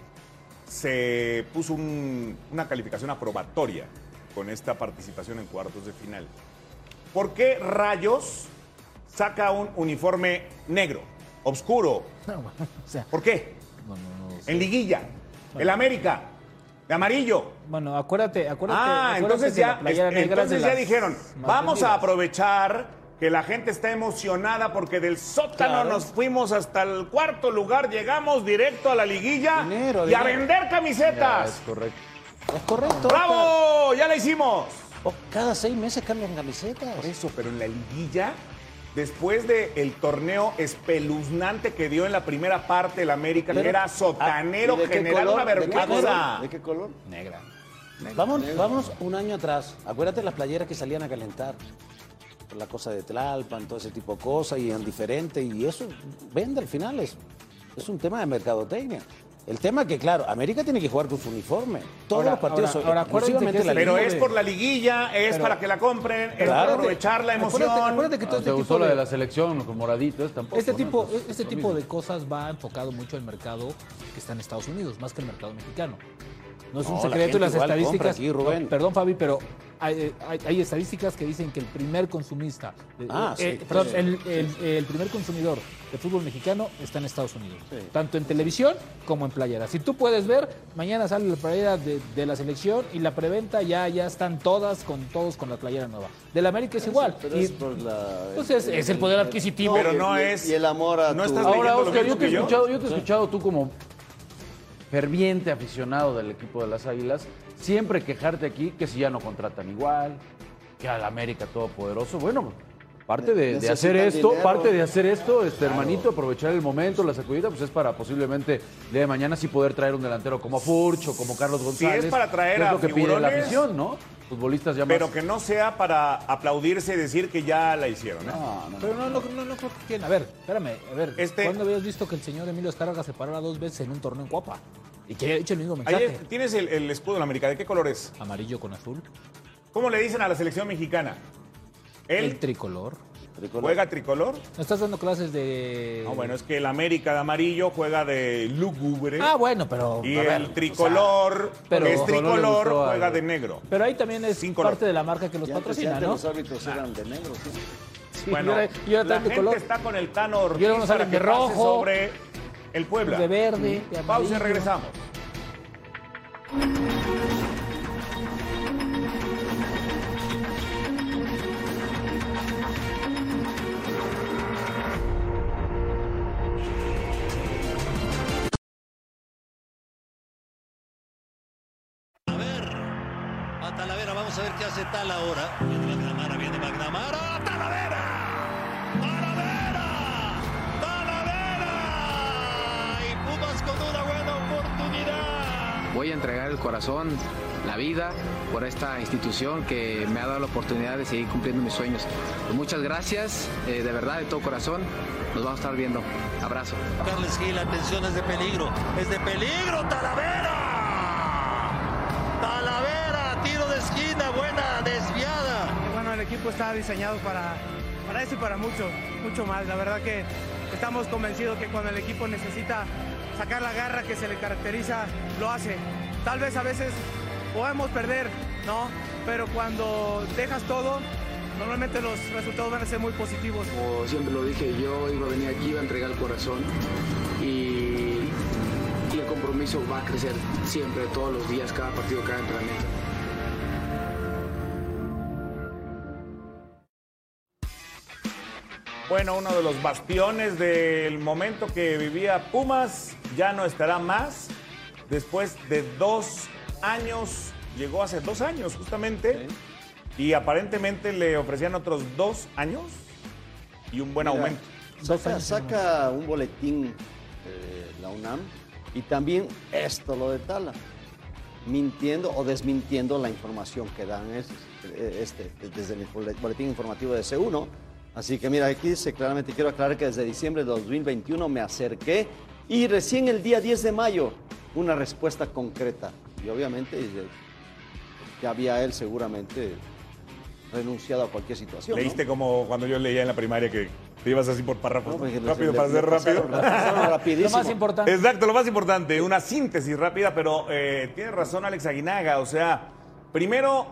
Speaker 4: se puso una calificación aprobatoria con esta participación en cuartos de final. ¿Por qué rayos saca un uniforme negro, oscuro?
Speaker 8: No, bueno, o sea,
Speaker 4: ¿Por qué?
Speaker 8: no
Speaker 4: En liguilla, el América, de amarillo.
Speaker 8: Bueno, acuérdate
Speaker 4: Entonces
Speaker 8: que la
Speaker 4: ya,
Speaker 8: playera negra es de
Speaker 4: entonces ya
Speaker 8: las
Speaker 4: dijeron,
Speaker 8: más
Speaker 4: vamos a
Speaker 8: vendidas.
Speaker 4: aprovechar que la gente está emocionada porque del sótano
Speaker 6: Claro.
Speaker 4: nos fuimos hasta el cuarto lugar, llegamos directo a la liguilla
Speaker 6: Dinero,
Speaker 4: y a
Speaker 6: dinero.
Speaker 4: vender
Speaker 5: ya,
Speaker 4: camisetas.
Speaker 5: es correcto.
Speaker 6: Es correcto.
Speaker 4: ¡Bravo! ¡Ya la hicimos!
Speaker 6: Cada 6 meses cambian camisetas.
Speaker 4: Por eso, pero en la liguilla, después del torneo espeluznante que dio en la primera parte el América, que era sotanero,
Speaker 7: ¿Y de qué
Speaker 4: general,
Speaker 7: color?
Speaker 4: una
Speaker 7: ¿De qué
Speaker 4: vergüenza.
Speaker 7: color? ¿De qué color?
Speaker 8: Negra.
Speaker 6: Vamos un año atrás. Acuérdate las playeras que salían a calentar. La cosa de Tlalpan, todo ese tipo de cosas, y en diferente, y eso vende al final. Es un tema de mercadotecnia. El tema que, claro, América tiene que jugar con su uniforme. Todos
Speaker 8: Ahora,
Speaker 6: los partidos
Speaker 8: ahora, ahora, acuérdense
Speaker 6: exclusivamente
Speaker 8: que es
Speaker 6: la
Speaker 8: el
Speaker 4: Pero
Speaker 6: Liga.
Speaker 4: es por la liguilla, es para que la compren, es para
Speaker 6: Claro.
Speaker 4: aprovechar la emoción.
Speaker 8: Acuérdate que todo
Speaker 5: ¿Te
Speaker 8: este
Speaker 5: gustó
Speaker 8: tipo
Speaker 5: la
Speaker 8: de
Speaker 5: de la selección con moraditos? Tampoco.
Speaker 8: Este
Speaker 5: ¿no?
Speaker 8: tipo,
Speaker 5: Entonces,
Speaker 8: este
Speaker 5: lo
Speaker 8: tipo
Speaker 5: mismo.
Speaker 8: de cosas va enfocado mucho al mercado que está en Estados Unidos, más que el mercado mexicano. No es un
Speaker 6: No, la
Speaker 8: secreto y las
Speaker 6: gente igual compra
Speaker 8: estadísticas.
Speaker 6: aquí, Rubén.
Speaker 8: No, perdón, Fabi, pero hay estadísticas que dicen que el primer consumista,
Speaker 6: Sí,
Speaker 8: perdón,
Speaker 6: sí.
Speaker 8: el primer consumidor de fútbol mexicano está en Estados Unidos, tanto en televisión como en playera. Si tú puedes ver, mañana sale la playera de la selección y la preventa ya están todos con la playera nueva. Del América es igual.
Speaker 7: Pero
Speaker 8: Y,
Speaker 7: es por la...
Speaker 8: pues es el poder adquisitivo.
Speaker 4: Pero
Speaker 7: y-
Speaker 4: no
Speaker 7: y-
Speaker 4: es-
Speaker 7: Y el amor a
Speaker 4: no
Speaker 7: tu...
Speaker 4: estás
Speaker 5: Ahora,
Speaker 4: leyendo lo
Speaker 5: Oscar,
Speaker 4: mismo
Speaker 5: yo te he
Speaker 4: que yo.
Speaker 5: escuchado tú como ferviente aficionado del equipo de las Águilas, siempre quejarte aquí que si ya no contratan igual, que al América todopoderoso. Bueno, parte de hacer
Speaker 7: Necesitan
Speaker 5: esto,
Speaker 7: dinero.
Speaker 5: hermanito, aprovechar el momento, la sacudida, pues es para posiblemente el día de mañana sí poder traer un delantero como Furch o como Carlos González.
Speaker 4: es para traer
Speaker 5: que es
Speaker 4: a
Speaker 5: lo que pide la
Speaker 4: figurones,
Speaker 5: afición, ¿no? Futbolistas ya más...
Speaker 4: Pero que no sea para aplaudirse y decir que ya la hicieron. ¿eh?
Speaker 8: Pero no creo que quieran. A ver, espérame,
Speaker 4: Este-
Speaker 8: ¿cuándo habías visto que el señor Emilio Azcárraga se parara 2 veces en un torneo en Copa? Y que haya dicho el mismo mensaje.
Speaker 4: Ahí tienes el escudo de la América. ¿De qué color es?
Speaker 8: Amarillo con azul.
Speaker 4: ¿Cómo le dicen a la selección mexicana?
Speaker 8: El
Speaker 4: ¿Él
Speaker 8: tricolor.
Speaker 4: juega tricolor?
Speaker 8: ¿No estás dando clases de...?
Speaker 4: No, bueno, es que el América de amarillo juega de lúgubre.
Speaker 8: Ah, bueno, pero...
Speaker 4: Y
Speaker 8: a ver,
Speaker 4: el tricolor,
Speaker 8: pero-
Speaker 4: que es
Speaker 5: Solo le
Speaker 4: tricolor,
Speaker 5: gustó a-
Speaker 4: juega de negro.
Speaker 8: pero ahí también es
Speaker 4: Sin color.
Speaker 8: parte de la marca que los
Speaker 7: Y antes
Speaker 8: patrocina, ¿no?
Speaker 7: los árbitros eran de negro, ¿sí?
Speaker 8: Sí,
Speaker 4: Bueno,
Speaker 8: y ahora
Speaker 4: la
Speaker 8: también de
Speaker 4: gente
Speaker 8: color.
Speaker 4: está con el Tano Ortiz
Speaker 8: Y ahora unos
Speaker 4: para
Speaker 8: salen
Speaker 4: que
Speaker 8: de
Speaker 4: pase
Speaker 8: rojo,
Speaker 4: sobre el Puebla.
Speaker 8: de verde, de
Speaker 4: Pausa y
Speaker 8: amarillo.
Speaker 4: regresamos.
Speaker 11: A Talavera, vamos a ver qué hace Tal ahora. Viene McNamara, viene McNamara. ¡Talavera! ¡Talavera! ¡Talavera! Y Pumas con una buena oportunidad.
Speaker 12: Voy a entregar el corazón, la vida, por esta institución que me ha dado la oportunidad de seguir cumpliendo mis sueños. Pues muchas gracias, de verdad, de todo corazón. Nos vamos a estar viendo. Abrazo.
Speaker 11: Carles Gil, atención, es de peligro. ¡Es de peligro! ¡Talavera! ¡Talavera! Tiro de esquina, buena desviada.
Speaker 13: Bueno, el equipo está diseñado para eso y para mucho más. La verdad que estamos convencidos que cuando el equipo necesita sacar la garra que se le caracteriza, lo hace. Tal vez a veces podemos perder, ¿no? Pero cuando dejas todo, normalmente los resultados van a ser muy positivos.
Speaker 12: Como siempre lo dije, yo iba a venir aquí, iba a entregar el corazón y el compromiso va a crecer siempre, todos los días, cada partido, cada entrenamiento.
Speaker 4: Bueno, uno de los bastiones del momento que vivía Pumas ya no estará más. Después de 2 años, llegó hace 2 años justamente, y aparentemente le ofrecían otros 2 años y un buen aumento.
Speaker 7: Saca un boletín la UNAM y también esto lo de Tala, mintiendo o desmintiendo la información que dan desde el boletín informativo de C1. Así que mira, aquí dice claramente, quiero aclarar que desde diciembre de 2021 me acerqué y recién el día 10 de mayo una respuesta concreta. Y obviamente ya había él seguramente renunciado a cualquier situación.
Speaker 4: Leíste, ¿no? Como cuando yo leía en la primaria que te ibas así por párrafos.
Speaker 7: No,
Speaker 4: rápido para ser rápido.
Speaker 8: Lo más importante.
Speaker 4: Exacto, lo más importante. Una síntesis rápida, pero tiene razón Alex Aguinaga. O sea, primero,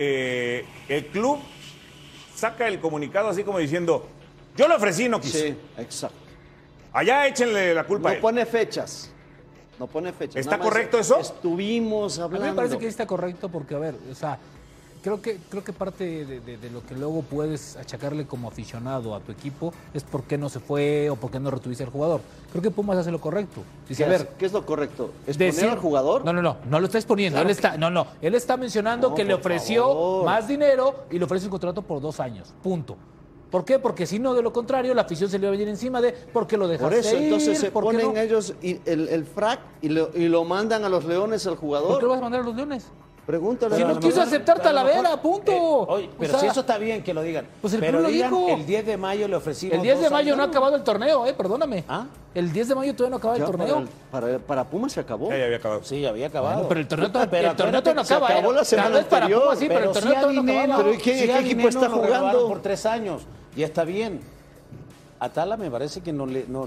Speaker 4: el club saca el comunicado así como diciendo, yo le ofrecí y no quise.
Speaker 7: Sí, exacto.
Speaker 4: Allá échenle la culpa a él.
Speaker 7: No pone fechas. No pone fechas.
Speaker 4: ¿Está correcto eso?
Speaker 7: Estuvimos hablando.
Speaker 8: A mí me parece que está correcto porque, a ver, o sea, creo que parte de lo que luego puedes achacarle como aficionado a tu equipo es por qué no se fue o por qué no retuviste al jugador. Creo que Pumas hace lo correcto. Dice,
Speaker 7: ¿Qué es lo correcto? ¿Exponer al jugador?
Speaker 8: No lo está exponiendo.
Speaker 7: Claro
Speaker 8: Él está mencionando que le ofreció más dinero y le ofrece un contrato por 2 años. Punto. ¿Por qué? Porque si no, de lo contrario, la afición se le va a venir encima de ¿por qué lo dejaste
Speaker 7: Por eso,
Speaker 8: ir?
Speaker 7: entonces se ponen ellos el frac y lo mandan a los Leones al jugador.
Speaker 8: ¿Por qué lo vas a mandar a los Leones?
Speaker 7: Pregúntale.
Speaker 8: Si no quiso aceptar Talavera, punto.
Speaker 6: Oye, pero
Speaker 8: o sea,
Speaker 6: si eso está bien que lo digan.
Speaker 8: Pues el
Speaker 6: pero
Speaker 8: club lo
Speaker 6: digan,
Speaker 8: dijo.
Speaker 6: el 10 de mayo le ofrecimos.
Speaker 8: El 10 de
Speaker 6: 2
Speaker 8: mayo
Speaker 6: años.
Speaker 8: no ha acabado el torneo, perdóname.
Speaker 6: ¿Ah?
Speaker 8: El 10 de mayo todavía no acaba el torneo.
Speaker 7: Para Pumas se acabó.
Speaker 4: Ya había acabado.
Speaker 6: Sí, había acabado.
Speaker 8: Bueno, pero el torneo,
Speaker 6: Pero
Speaker 8: el torneo todavía no
Speaker 7: se
Speaker 8: acaba.
Speaker 7: acabó la semana
Speaker 8: Tal vez para
Speaker 7: anterior,
Speaker 8: Pumas sí, pero el torneo todavía no acaba.
Speaker 7: Pero ¿qué equipo está jugando?
Speaker 6: Por 3 años. Y está bien. A Tala me parece que no le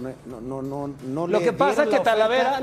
Speaker 8: Lo que pasa es que Talavera,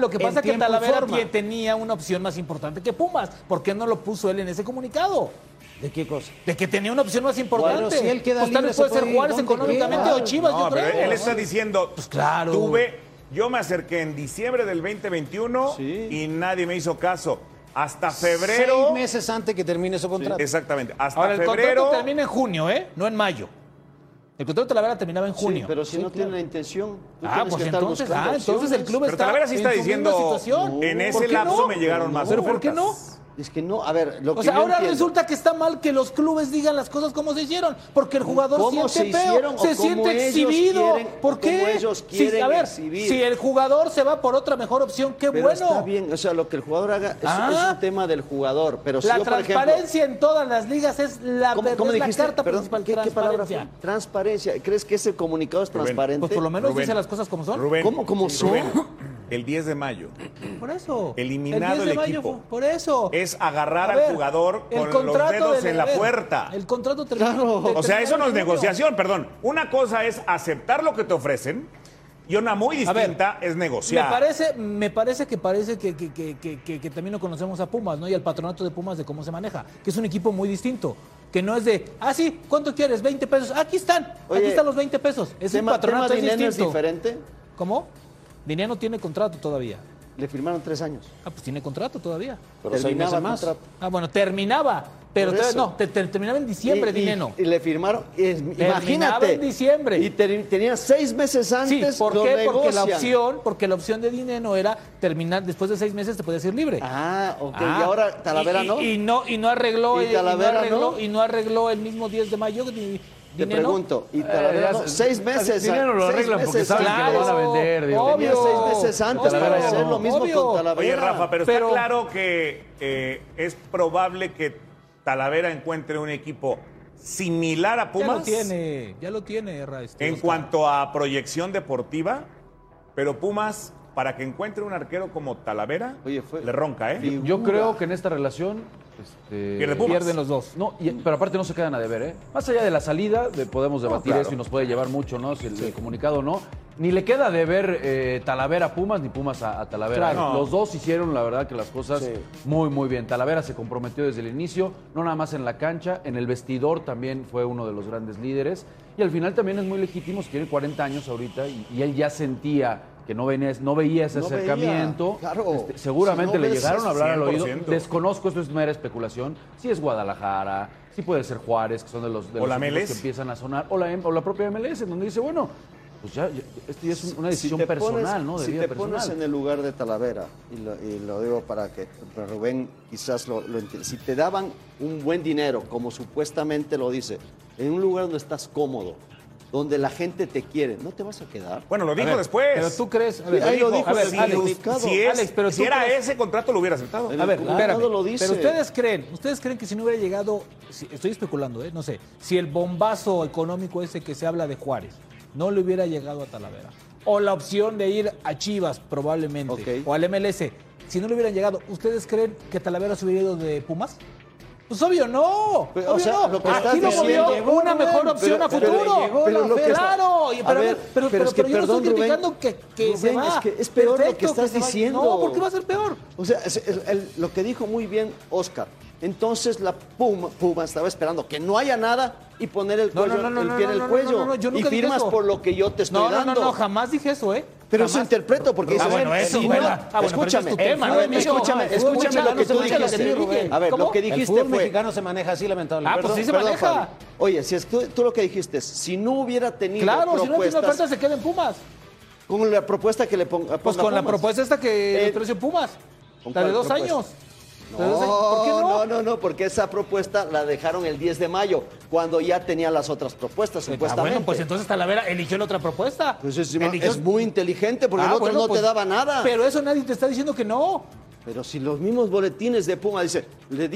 Speaker 8: tenía una opción más importante que Pumas. ¿Por qué no lo puso él en ese comunicado?
Speaker 6: ¿De qué cosa?
Speaker 8: De que tenía una opción más importante.
Speaker 6: Bueno, si él queda
Speaker 8: pues tal
Speaker 6: libre,
Speaker 8: vez puede
Speaker 6: se
Speaker 8: ser
Speaker 6: puede ir
Speaker 8: Juárez
Speaker 6: donde
Speaker 8: económicamente
Speaker 6: quiera.
Speaker 8: o Chivas,
Speaker 4: No,
Speaker 8: yo creo.
Speaker 4: pero él está diciendo,
Speaker 8: pues claro.
Speaker 4: Yo me acerqué en diciembre del 2021 y nadie me hizo caso. Hasta febrero.
Speaker 6: 6 meses antes que termine su contrato.
Speaker 4: Sí, exactamente. Hasta
Speaker 8: Ahora, el
Speaker 4: febrero.
Speaker 8: contrato termina en junio, no en mayo. El contrato de Talavera terminaba en junio.
Speaker 7: Sí, pero si no tiene la intención.
Speaker 8: Pues entonces el club
Speaker 4: Pero
Speaker 8: está
Speaker 4: Talavera sí está
Speaker 8: en su misma
Speaker 4: diciendo,
Speaker 8: situación.
Speaker 4: en
Speaker 8: ¿Por
Speaker 4: ese
Speaker 8: qué
Speaker 4: lapso
Speaker 8: no?
Speaker 4: me llegaron más
Speaker 8: ¿Pero por qué
Speaker 4: ofertas.
Speaker 8: no?
Speaker 7: Es que no, a ver, lo que
Speaker 8: O sea,
Speaker 7: yo
Speaker 8: ahora
Speaker 7: entiendo.
Speaker 8: resulta que está mal que los clubes digan las cosas como se hicieron, porque el jugador
Speaker 7: ¿Cómo
Speaker 8: siente
Speaker 7: se hicieron
Speaker 8: feo,
Speaker 7: o
Speaker 8: se
Speaker 7: cómo
Speaker 8: siente
Speaker 7: ellos
Speaker 8: exhibido.
Speaker 7: quieren-
Speaker 8: ¿Por
Speaker 7: o
Speaker 8: qué?
Speaker 7: cómo ellos quieren
Speaker 8: a ver,
Speaker 7: exhibir?
Speaker 8: si el jugador se va por otra mejor opción, qué
Speaker 7: Pero
Speaker 8: bueno.
Speaker 7: está bien, o sea, lo que el jugador haga es un tema del jugador. Pero si
Speaker 8: La
Speaker 7: yo, por ejemplo,
Speaker 8: transparencia en todas las ligas es la,
Speaker 7: ¿Cómo
Speaker 8: es la
Speaker 7: dijiste?
Speaker 8: carta
Speaker 7: Perdón,
Speaker 8: principal.
Speaker 7: ¿qué palabra
Speaker 8: Transparencia.
Speaker 7: fue? Transparencia. ¿Crees que ese comunicado es transparente?
Speaker 8: Pues por lo menos
Speaker 4: Rubén.
Speaker 8: dice las cosas como son.
Speaker 4: Rubén,
Speaker 7: ¿Cómo son?
Speaker 4: Rubén, el 10 de mayo.
Speaker 8: Por eso.
Speaker 4: Eliminado
Speaker 8: el 10 de
Speaker 4: el
Speaker 8: mayo
Speaker 4: equipo.
Speaker 8: Por eso.
Speaker 4: Es agarrar
Speaker 8: A ver,
Speaker 4: al jugador
Speaker 8: el
Speaker 4: con los
Speaker 8: contrato
Speaker 4: dedos
Speaker 8: de-
Speaker 4: en la
Speaker 8: a ver,
Speaker 4: puerta.
Speaker 8: El contrato termina.
Speaker 4: O sea, eso no es
Speaker 8: termina en junio.
Speaker 4: negociación, perdón. Una cosa es aceptar lo que te ofrecen y una muy distinta es negociar.
Speaker 8: Me parece que también lo conocemos a Pumas, ¿no? Y al patronato de Pumas de cómo se maneja, que es un equipo muy distinto, que no es de, sí, ¿cuánto quieres? 20 pesos. Aquí están los 20 pesos. Es un patronato
Speaker 7: ¿Tema Dineno es
Speaker 8: distinto.
Speaker 7: diferente?
Speaker 8: ¿Cómo? Dinero tiene contrato todavía.
Speaker 7: Le firmaron 3 años.
Speaker 8: Pues tiene contrato todavía.
Speaker 6: Pero 6 meses más.
Speaker 8: Bueno, terminaba. Pero
Speaker 7: Por eso.
Speaker 8: terminaba en diciembre, Dineno.
Speaker 7: Y le firmaron,
Speaker 8: Terminaba
Speaker 7: imagínate.
Speaker 8: en diciembre.
Speaker 7: Y tenía 6 meses antes.
Speaker 8: Sí, ¿por
Speaker 7: lo
Speaker 8: qué?
Speaker 7: negocian.
Speaker 8: Porque la opción de Dineno era terminar después de 6 meses te podías ir libre.
Speaker 7: Ok. Y ahora Talavera no.
Speaker 8: Y no arregló.
Speaker 7: ¿Y Talavera no?
Speaker 8: Y no arregló el mismo 10 de mayo.
Speaker 7: Te pregunto, y Talavera no, 6 meses.
Speaker 5: Dinero lo arreglan porque saben que lo van a vender. Digo.
Speaker 7: Tenía 6 meses antes para hacer lo mismo con Talavera.
Speaker 4: Oye, Rafa, pero está claro que es probable que Talavera encuentre un equipo similar a Pumas.
Speaker 8: Ya lo tiene,
Speaker 4: en cuanto a proyección deportiva, pero Pumas, para que encuentre un arquero como Talavera, le ronca, ¿eh?
Speaker 5: Yo creo que en esta relación
Speaker 4: pierden
Speaker 8: los dos.
Speaker 5: No, pero aparte no se quedan a deber, ¿eh? Más allá de la salida, podemos debatir
Speaker 4: claro.
Speaker 5: eso y nos puede llevar mucho, ¿no? Si el comunicado no. Ni le queda de ver Talavera a Pumas, ni Pumas a Talavera.
Speaker 4: Claro.
Speaker 5: Los dos hicieron, la verdad, que las cosas muy, muy bien. Talavera se comprometió desde el inicio, no nada más en la cancha, en el vestidor también fue uno de los grandes líderes. Y al final también es muy legítimo, si tiene 40 años ahorita, y él ya sentía que no veía ese acercamiento.
Speaker 7: Claro.
Speaker 5: Seguramente
Speaker 7: Si no
Speaker 5: le
Speaker 7: ves
Speaker 5: llegaron a hablar al oído.
Speaker 4: 100%.
Speaker 5: Desconozco, esto es mera especulación. Si es Guadalajara, si puede ser Juárez, que son de los
Speaker 4: la
Speaker 5: equipos
Speaker 4: MLS.
Speaker 5: que empiezan a sonar, o la propia MLS, en donde dice, bueno, pues esto ya es una decisión
Speaker 7: te
Speaker 5: personal,
Speaker 7: pones,
Speaker 5: ¿no? De
Speaker 7: si
Speaker 5: vida
Speaker 7: te
Speaker 5: personal.
Speaker 7: pones en el lugar de Talavera, y lo digo para que Rubén quizás lo entienda, si te daban un buen dinero, como supuestamente lo dice, en un lugar donde estás cómodo, donde la gente te quiere, ¿no te vas a quedar?
Speaker 4: Bueno, lo dijo
Speaker 8: ver,
Speaker 4: después.
Speaker 8: Pero tú crees... A ver,
Speaker 7: ahí lo dijo,
Speaker 8: a ver,
Speaker 7: sí,
Speaker 8: Alex,
Speaker 7: comunicado.
Speaker 8: Alex, pero
Speaker 4: si
Speaker 8: tú
Speaker 4: era
Speaker 8: crees-
Speaker 4: ese contrato, lo hubiera aceptado.
Speaker 8: A ver, espérame,
Speaker 7: lo dice.
Speaker 8: pero ustedes creen que si no hubiera llegado, estoy especulando, no sé, si el bombazo económico ese que se habla de Juárez no le hubiera llegado a Talavera, o la opción de ir a Chivas probablemente, o al MLS, si no le hubieran llegado, ¿ustedes creen que Talavera se hubiera ido de Pumas? Pues obvio no.
Speaker 7: Pero,
Speaker 8: obvio
Speaker 7: o sea,
Speaker 8: no.
Speaker 7: lo que
Speaker 8: Aquí
Speaker 7: estás
Speaker 8: lo movió
Speaker 7: diciendo-
Speaker 8: una mejor opción a futuro.
Speaker 7: pero lo que
Speaker 8: claro.
Speaker 7: está- a ver, pero es que
Speaker 8: yo no
Speaker 7: perdón,
Speaker 8: estoy criticando
Speaker 7: Rubén,
Speaker 8: que se
Speaker 7: Rubén,
Speaker 8: va.
Speaker 7: es que es peor lo que
Speaker 8: Perfecto,
Speaker 7: estás
Speaker 8: se va.
Speaker 7: diciendo.
Speaker 8: No, ¿por qué va a ser peor?
Speaker 7: O sea, lo que dijo muy bien Oscar. Entonces la Puma estaba esperando que no haya nada y poner el cuello, el pie en el cuello.
Speaker 8: yo
Speaker 7: Y
Speaker 8: nunca dije
Speaker 7: firmas
Speaker 8: eso.
Speaker 7: por lo que yo te estoy dando.
Speaker 8: No, jamás dije eso,
Speaker 7: Pero
Speaker 8: Jamás.
Speaker 7: eso interpreto porque
Speaker 8: Ah,
Speaker 7: dices,
Speaker 8: bueno, eso,
Speaker 7: si
Speaker 8: bueno.
Speaker 7: no-
Speaker 8: Ah, bueno,
Speaker 7: escúchame,
Speaker 8: pero ese es tu tema,
Speaker 7: a ver,
Speaker 8: ¿no?
Speaker 7: escúchame
Speaker 8: El fútbol
Speaker 7: lo que
Speaker 8: mexicano
Speaker 7: tú
Speaker 8: se maneja
Speaker 7: dijiste.
Speaker 8: así,
Speaker 7: A ver,
Speaker 8: ¿cómo?
Speaker 7: lo que
Speaker 6: El
Speaker 7: dijiste
Speaker 6: fútbol
Speaker 7: fue...
Speaker 6: mexicano se maneja así, lamentablemente.
Speaker 8: pues sí se maneja.
Speaker 7: Fabi. Oye, si es tú lo que dijiste, si no hubiera tenido
Speaker 8: Claro, si no tiene
Speaker 7: propuestas...
Speaker 8: oferta se queda en Pumas.
Speaker 7: Con la propuesta que le ponga
Speaker 8: Pues con la
Speaker 7: Pumas.
Speaker 8: propuesta esta que le ofreció Pumas.
Speaker 7: ¿Con
Speaker 8: La de
Speaker 7: cuál
Speaker 8: 2
Speaker 7: propuesta?
Speaker 8: años. La de 2 años. ¿Por qué no?
Speaker 7: No, porque esa propuesta la dejaron el 10 de mayo, cuando ya tenía las otras propuestas, supuestamente.
Speaker 8: Bueno, pues entonces Talavera eligió la otra propuesta.
Speaker 7: Pues es
Speaker 8: Eligió-
Speaker 7: muy inteligente, porque el otro
Speaker 8: bueno,
Speaker 7: no
Speaker 8: pues,
Speaker 7: te daba nada.
Speaker 8: Pero eso nadie te está diciendo que no.
Speaker 7: Pero si los mismos boletines de Puma dice,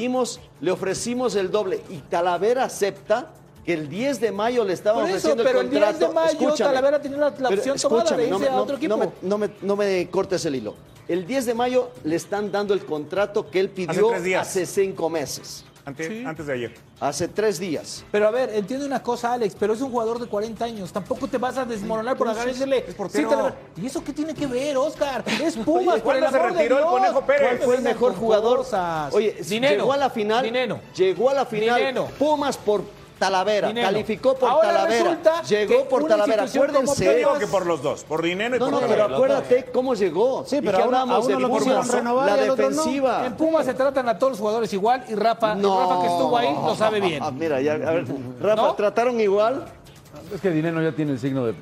Speaker 7: le ofrecimos el doble y Talavera acepta que el 10 de mayo le estaban
Speaker 8: Por eso,
Speaker 7: ofreciendo
Speaker 8: pero
Speaker 7: el
Speaker 8: el 10
Speaker 7: contrato.
Speaker 8: de mayo
Speaker 7: Escúchame.
Speaker 8: Talavera tenía la
Speaker 7: Pero
Speaker 8: opción tomada de irse a otro equipo.
Speaker 7: No me cortes el hilo. El 10 de mayo le están dando el contrato que él pidió
Speaker 4: Hace 3 días.
Speaker 7: hace 5 meses.
Speaker 4: Antes de ayer.
Speaker 7: Hace 3 días.
Speaker 8: Pero a ver, entiende una cosa, Alex, pero es un jugador de 40 años. Tampoco te vas a desmoronar por agarrar y decirle.
Speaker 4: es portero.
Speaker 8: Talavera. ¿Y eso qué tiene que ver, Oscar? Es Pumas,
Speaker 4: Oye,
Speaker 8: por el
Speaker 4: ¿cuándo se
Speaker 8: amor de
Speaker 4: retiró el
Speaker 8: Dios.
Speaker 4: Conejo Pérez?
Speaker 7: ¿Cuál fue el
Speaker 8: Vengan
Speaker 7: mejor
Speaker 8: con
Speaker 7: jugador?
Speaker 8: cosas.
Speaker 7: Oye,
Speaker 8: Dinero.
Speaker 7: llegó a la final.
Speaker 8: Dinero.
Speaker 7: Llegó a la final.
Speaker 8: Dinero.
Speaker 7: Pumas por Talavera.
Speaker 8: Dinero.
Speaker 7: Calificó por
Speaker 8: Ahora
Speaker 7: Talavera.
Speaker 8: resulta
Speaker 7: Llegó
Speaker 8: que
Speaker 7: por
Speaker 8: una
Speaker 7: Talavera.
Speaker 8: institución como
Speaker 7: Acuérdense.
Speaker 4: Yo digo que por los dos, por dinero y
Speaker 7: No,
Speaker 4: por
Speaker 7: no, pero
Speaker 4: Talavera.
Speaker 7: acuérdate cómo llegó.
Speaker 6: Sí,
Speaker 7: ¿Y
Speaker 6: pero
Speaker 7: qué
Speaker 6: a uno-
Speaker 7: hablamos
Speaker 6: a uno
Speaker 7: de
Speaker 6: lo
Speaker 7: Pumas?
Speaker 6: pusieron renovar y
Speaker 7: La
Speaker 6: al otro no.
Speaker 7: defensiva.
Speaker 8: En Pumas se tratan a todos los jugadores igual y Rafa que estuvo ahí lo sabe bien.
Speaker 7: Mira, ya, a ver, Rafa,
Speaker 8: ¿No?
Speaker 7: ¿trataron igual?
Speaker 5: Es que Dineno ya tiene el signo de...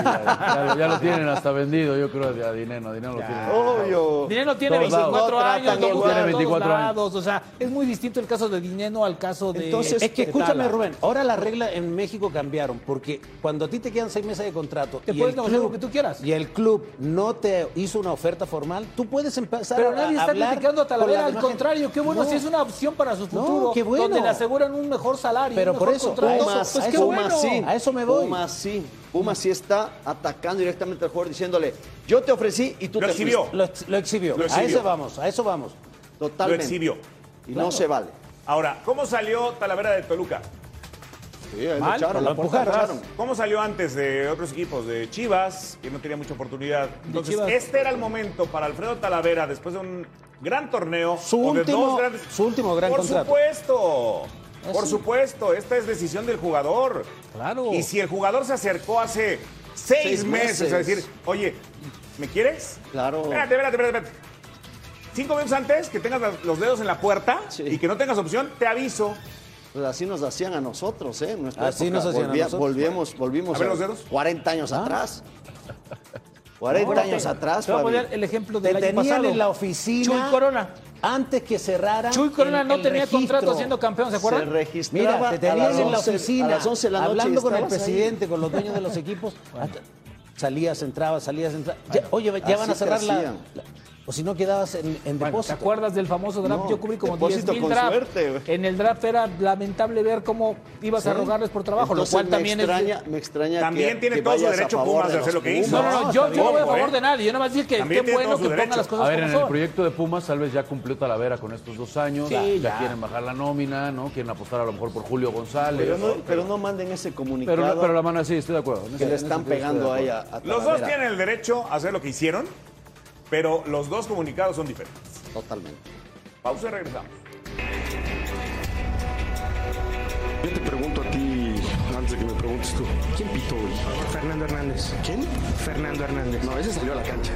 Speaker 5: ya lo tienen hasta vendido, yo creo, a Dineno. Dineno lo tiene.
Speaker 7: Obvio.
Speaker 8: Dineno tiene
Speaker 5: Todos
Speaker 8: 24
Speaker 7: lados.
Speaker 8: años,
Speaker 7: No
Speaker 8: no
Speaker 7: tratan
Speaker 8: juega
Speaker 7: igual.
Speaker 8: en todos
Speaker 5: 24 años.
Speaker 8: lados. O sea, es muy distinto el caso de Dineno al caso de...
Speaker 7: Entonces,
Speaker 6: Es que
Speaker 8: de
Speaker 6: escúchame,
Speaker 8: Tala.
Speaker 6: Rubén, ahora las reglas en México cambiaron, porque cuando a ti te quedan 6 meses de contrato
Speaker 8: Te
Speaker 6: y
Speaker 8: puedes
Speaker 6: el
Speaker 8: negociar
Speaker 6: club-
Speaker 8: lo que tú quieras.
Speaker 6: y el club no te hizo una oferta formal, tú puedes empezar
Speaker 8: Pero
Speaker 6: a
Speaker 8: nadie está
Speaker 6: hablar
Speaker 8: criticando a
Speaker 6: con
Speaker 8: Talavera,
Speaker 6: la
Speaker 8: al
Speaker 6: demás
Speaker 8: contrario,
Speaker 6: gente.
Speaker 8: qué bueno
Speaker 6: No.
Speaker 8: si es una opción para su futuro,
Speaker 6: qué bueno.
Speaker 8: donde le aseguran un mejor salario,
Speaker 6: Pero
Speaker 8: un
Speaker 6: por
Speaker 8: mejor
Speaker 6: eso,
Speaker 8: contrato.
Speaker 7: Pumas,
Speaker 8: Pues
Speaker 6: a
Speaker 8: qué
Speaker 6: eso-
Speaker 8: bueno.
Speaker 7: Pumas sí.
Speaker 6: A eso me voy.
Speaker 7: Pumas sí está atacando directamente al jugador diciéndole, yo te ofrecí y tú
Speaker 4: Lo
Speaker 7: te
Speaker 4: exhibió.
Speaker 7: fuiste.
Speaker 6: Lo exhibió.
Speaker 4: Lo
Speaker 6: A
Speaker 4: exhibió.
Speaker 6: eso vamos.
Speaker 7: Totalmente.
Speaker 4: Lo exhibió.
Speaker 7: Y no se vale.
Speaker 4: Ahora, ¿cómo salió Talavera de Toluca?
Speaker 7: Sí, ahí
Speaker 6: Mal,
Speaker 7: lo echaron,
Speaker 6: lo
Speaker 7: la puerta
Speaker 6: empujaron.
Speaker 7: echaron.
Speaker 4: ¿Cómo salió antes de otros equipos? De Chivas, que no tenía mucha oportunidad. Entonces,
Speaker 8: Chivas.
Speaker 4: este era el momento para Alfredo Talavera, después de un gran torneo.
Speaker 6: Su
Speaker 4: o de
Speaker 6: último-
Speaker 4: dos grandes...
Speaker 6: su último gran
Speaker 4: Por
Speaker 6: contrato.
Speaker 4: supuesto.
Speaker 8: ¿Ah,
Speaker 4: Por
Speaker 8: sí?
Speaker 4: supuesto. Esta es decisión del jugador.
Speaker 8: Claro.
Speaker 4: Y si el jugador se acercó hace 6
Speaker 7: 6
Speaker 4: meses a
Speaker 7: meses.
Speaker 4: decir, oye, ¿me quieres?
Speaker 7: Claro.
Speaker 4: Espérate. 5 minutos antes que tengas los dedos en la puerta
Speaker 7: Sí.
Speaker 4: y que no tengas opción, te aviso.
Speaker 7: Pues así nos hacían a nosotros, ¿eh? En nuestra
Speaker 6: Así
Speaker 7: época.
Speaker 6: nos hacían a nosotros.
Speaker 7: Volvimos
Speaker 4: A ver los dedos.
Speaker 7: 40 años atrás. 40 años atrás,
Speaker 8: Te voy a
Speaker 7: Fabi.
Speaker 8: poner el ejemplo
Speaker 6: Te
Speaker 8: del año
Speaker 6: tenían
Speaker 8: pasado.
Speaker 6: en la oficina
Speaker 8: Chuy Corona.
Speaker 6: antes que cerraran.
Speaker 8: Chuy Corona
Speaker 6: el
Speaker 8: no tenía
Speaker 6: registro.
Speaker 8: contrato siendo campeón, ¿se
Speaker 7: Se
Speaker 8: acuerdan?
Speaker 7: registraba
Speaker 6: Mira, te
Speaker 7: a
Speaker 6: tenían
Speaker 7: las
Speaker 6: en la
Speaker 7: 11
Speaker 6: oficina
Speaker 7: a las 11 de la noche y
Speaker 6: hablando con el
Speaker 7: estabas ahí.
Speaker 6: presidente, con los dueños de los equipos. Salías, entrabas. Oye, ya van a
Speaker 7: así
Speaker 6: cerrar
Speaker 7: te
Speaker 6: la...
Speaker 7: hacían.
Speaker 6: O si no quedabas en
Speaker 8: Bueno, ¿te
Speaker 6: depósito.
Speaker 8: acuerdas del famoso draft?
Speaker 7: No,
Speaker 8: Yo cubrí como
Speaker 7: depósito
Speaker 8: 10,000
Speaker 7: con
Speaker 8: drafts.
Speaker 7: suerte, güey.
Speaker 8: En el draft era lamentable ver cómo ibas a
Speaker 7: Sí.
Speaker 8: rogarles por trabajo,
Speaker 7: Entonces,
Speaker 8: lo cual también
Speaker 7: me extraña
Speaker 4: También
Speaker 7: que,
Speaker 4: tiene
Speaker 7: que
Speaker 4: todo su
Speaker 7: vayas a
Speaker 4: derecho
Speaker 7: favor
Speaker 4: Pumas de hacer
Speaker 7: los
Speaker 4: lo que hizo.
Speaker 8: No,
Speaker 7: Pumas.
Speaker 8: yo no voy a
Speaker 4: Ojo,
Speaker 8: favor de nadie. Yo nada más dije que
Speaker 4: También
Speaker 8: qué
Speaker 4: tiene
Speaker 8: bueno
Speaker 4: todo su
Speaker 8: que pongan
Speaker 4: derecho.
Speaker 8: las cosas
Speaker 5: A ver, en
Speaker 8: como
Speaker 5: el
Speaker 8: son.
Speaker 5: proyecto de Pumas tal vez ya cumplió Talavera con estos 2 años.
Speaker 8: Sí,
Speaker 5: ya
Speaker 8: ya.
Speaker 5: quieren bajar la nómina, ¿no? Quieren apostar a lo mejor por Julio González.
Speaker 7: Pero no manden ese comunicado
Speaker 5: Pero la mano sí, estoy de acuerdo. En
Speaker 7: que
Speaker 5: ese-
Speaker 7: le
Speaker 5: en
Speaker 7: están
Speaker 5: ese sentido
Speaker 7: pegando
Speaker 5: estoy
Speaker 7: ahí
Speaker 5: de
Speaker 7: a
Speaker 4: Los dos
Speaker 7: Talavera.
Speaker 4: tienen el derecho a hacer lo que hicieron, pero los dos comunicados son diferentes.
Speaker 7: Totalmente.
Speaker 4: Pausa y regresamos.
Speaker 14: Yo te pregunto a ti, antes de que me preguntes tú, ¿quién pitó hoy?
Speaker 13: Fernando Hernández.
Speaker 14: ¿Quién?
Speaker 13: Fernando Hernández.
Speaker 14: No, ese salió a la cancha.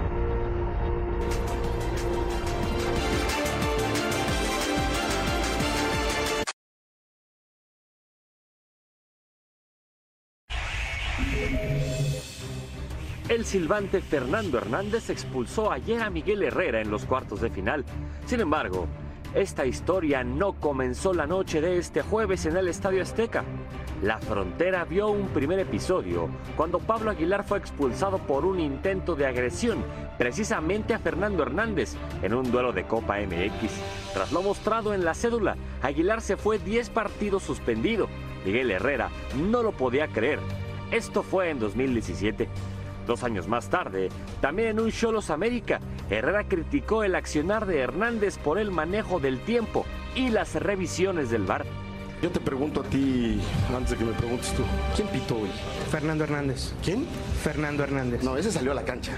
Speaker 15: El silbante Fernando Hernández expulsó ayer a Miguel Herrera en los cuartos de final. Sin embargo, esta historia no comenzó la noche de este jueves en el Estadio Azteca. La Frontera vio un primer episodio cuando Pablo Aguilar fue expulsado por un intento de agresión precisamente a Fernando Hernández en un duelo de Copa MX. Tras lo mostrado en la cédula, Aguilar se fue 10 partidos suspendido. Miguel Herrera no lo podía creer. Esto fue en 2017. 2 años más tarde, también en un Xolos América, Herrera criticó el accionar de Hernández por el manejo del tiempo y las revisiones del VAR.
Speaker 14: Yo te pregunto a ti, antes de que me preguntes tú, ¿quién pitó hoy?
Speaker 13: Fernando Hernández.
Speaker 14: ¿Quién?
Speaker 13: Fernando Hernández.
Speaker 14: No, ese salió a la cancha.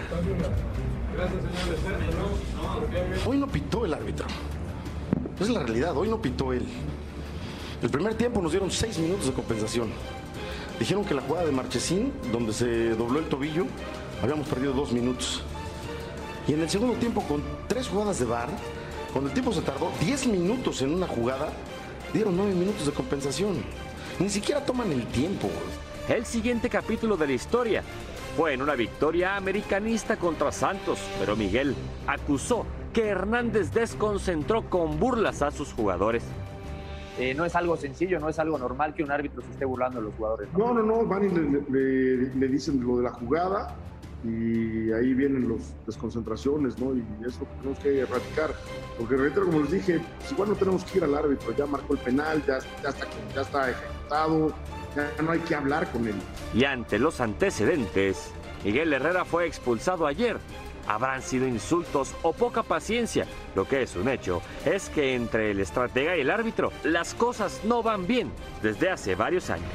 Speaker 14: Hoy no pitó el árbitro. Esa es la realidad, hoy no pitó él. El primer tiempo nos dieron 6 minutos de compensación. Dijeron que la jugada de Marchesín, donde se dobló el tobillo, habíamos perdido 2 minutos. Y en el segundo tiempo, con 3 jugadas de VAR, cuando el tiempo se tardó 10 minutos en una jugada, dieron 9 minutos de compensación. Ni siquiera toman el tiempo.
Speaker 15: El siguiente capítulo de la historia fue en una victoria americanista contra Santos, pero Miguel acusó que Hernández desconcentró con burlas a sus jugadores.
Speaker 16: No es algo sencillo, no es algo normal que un árbitro se esté burlando de los jugadores.
Speaker 14: No, van y le dicen lo de la jugada y ahí vienen las desconcentraciones, ¿no? Y eso tenemos que erradicar, porque reitero, como les dije, pues igual no tenemos que ir al árbitro, ya marcó el penal, ya está ejecutado, ya no hay que hablar con él.
Speaker 15: Y ante los antecedentes, Miguel Herrera fue expulsado ayer. Habrán sido insultos o poca paciencia. Lo que es un hecho es que entre el estratega y el árbitro las cosas no van bien desde hace varios años.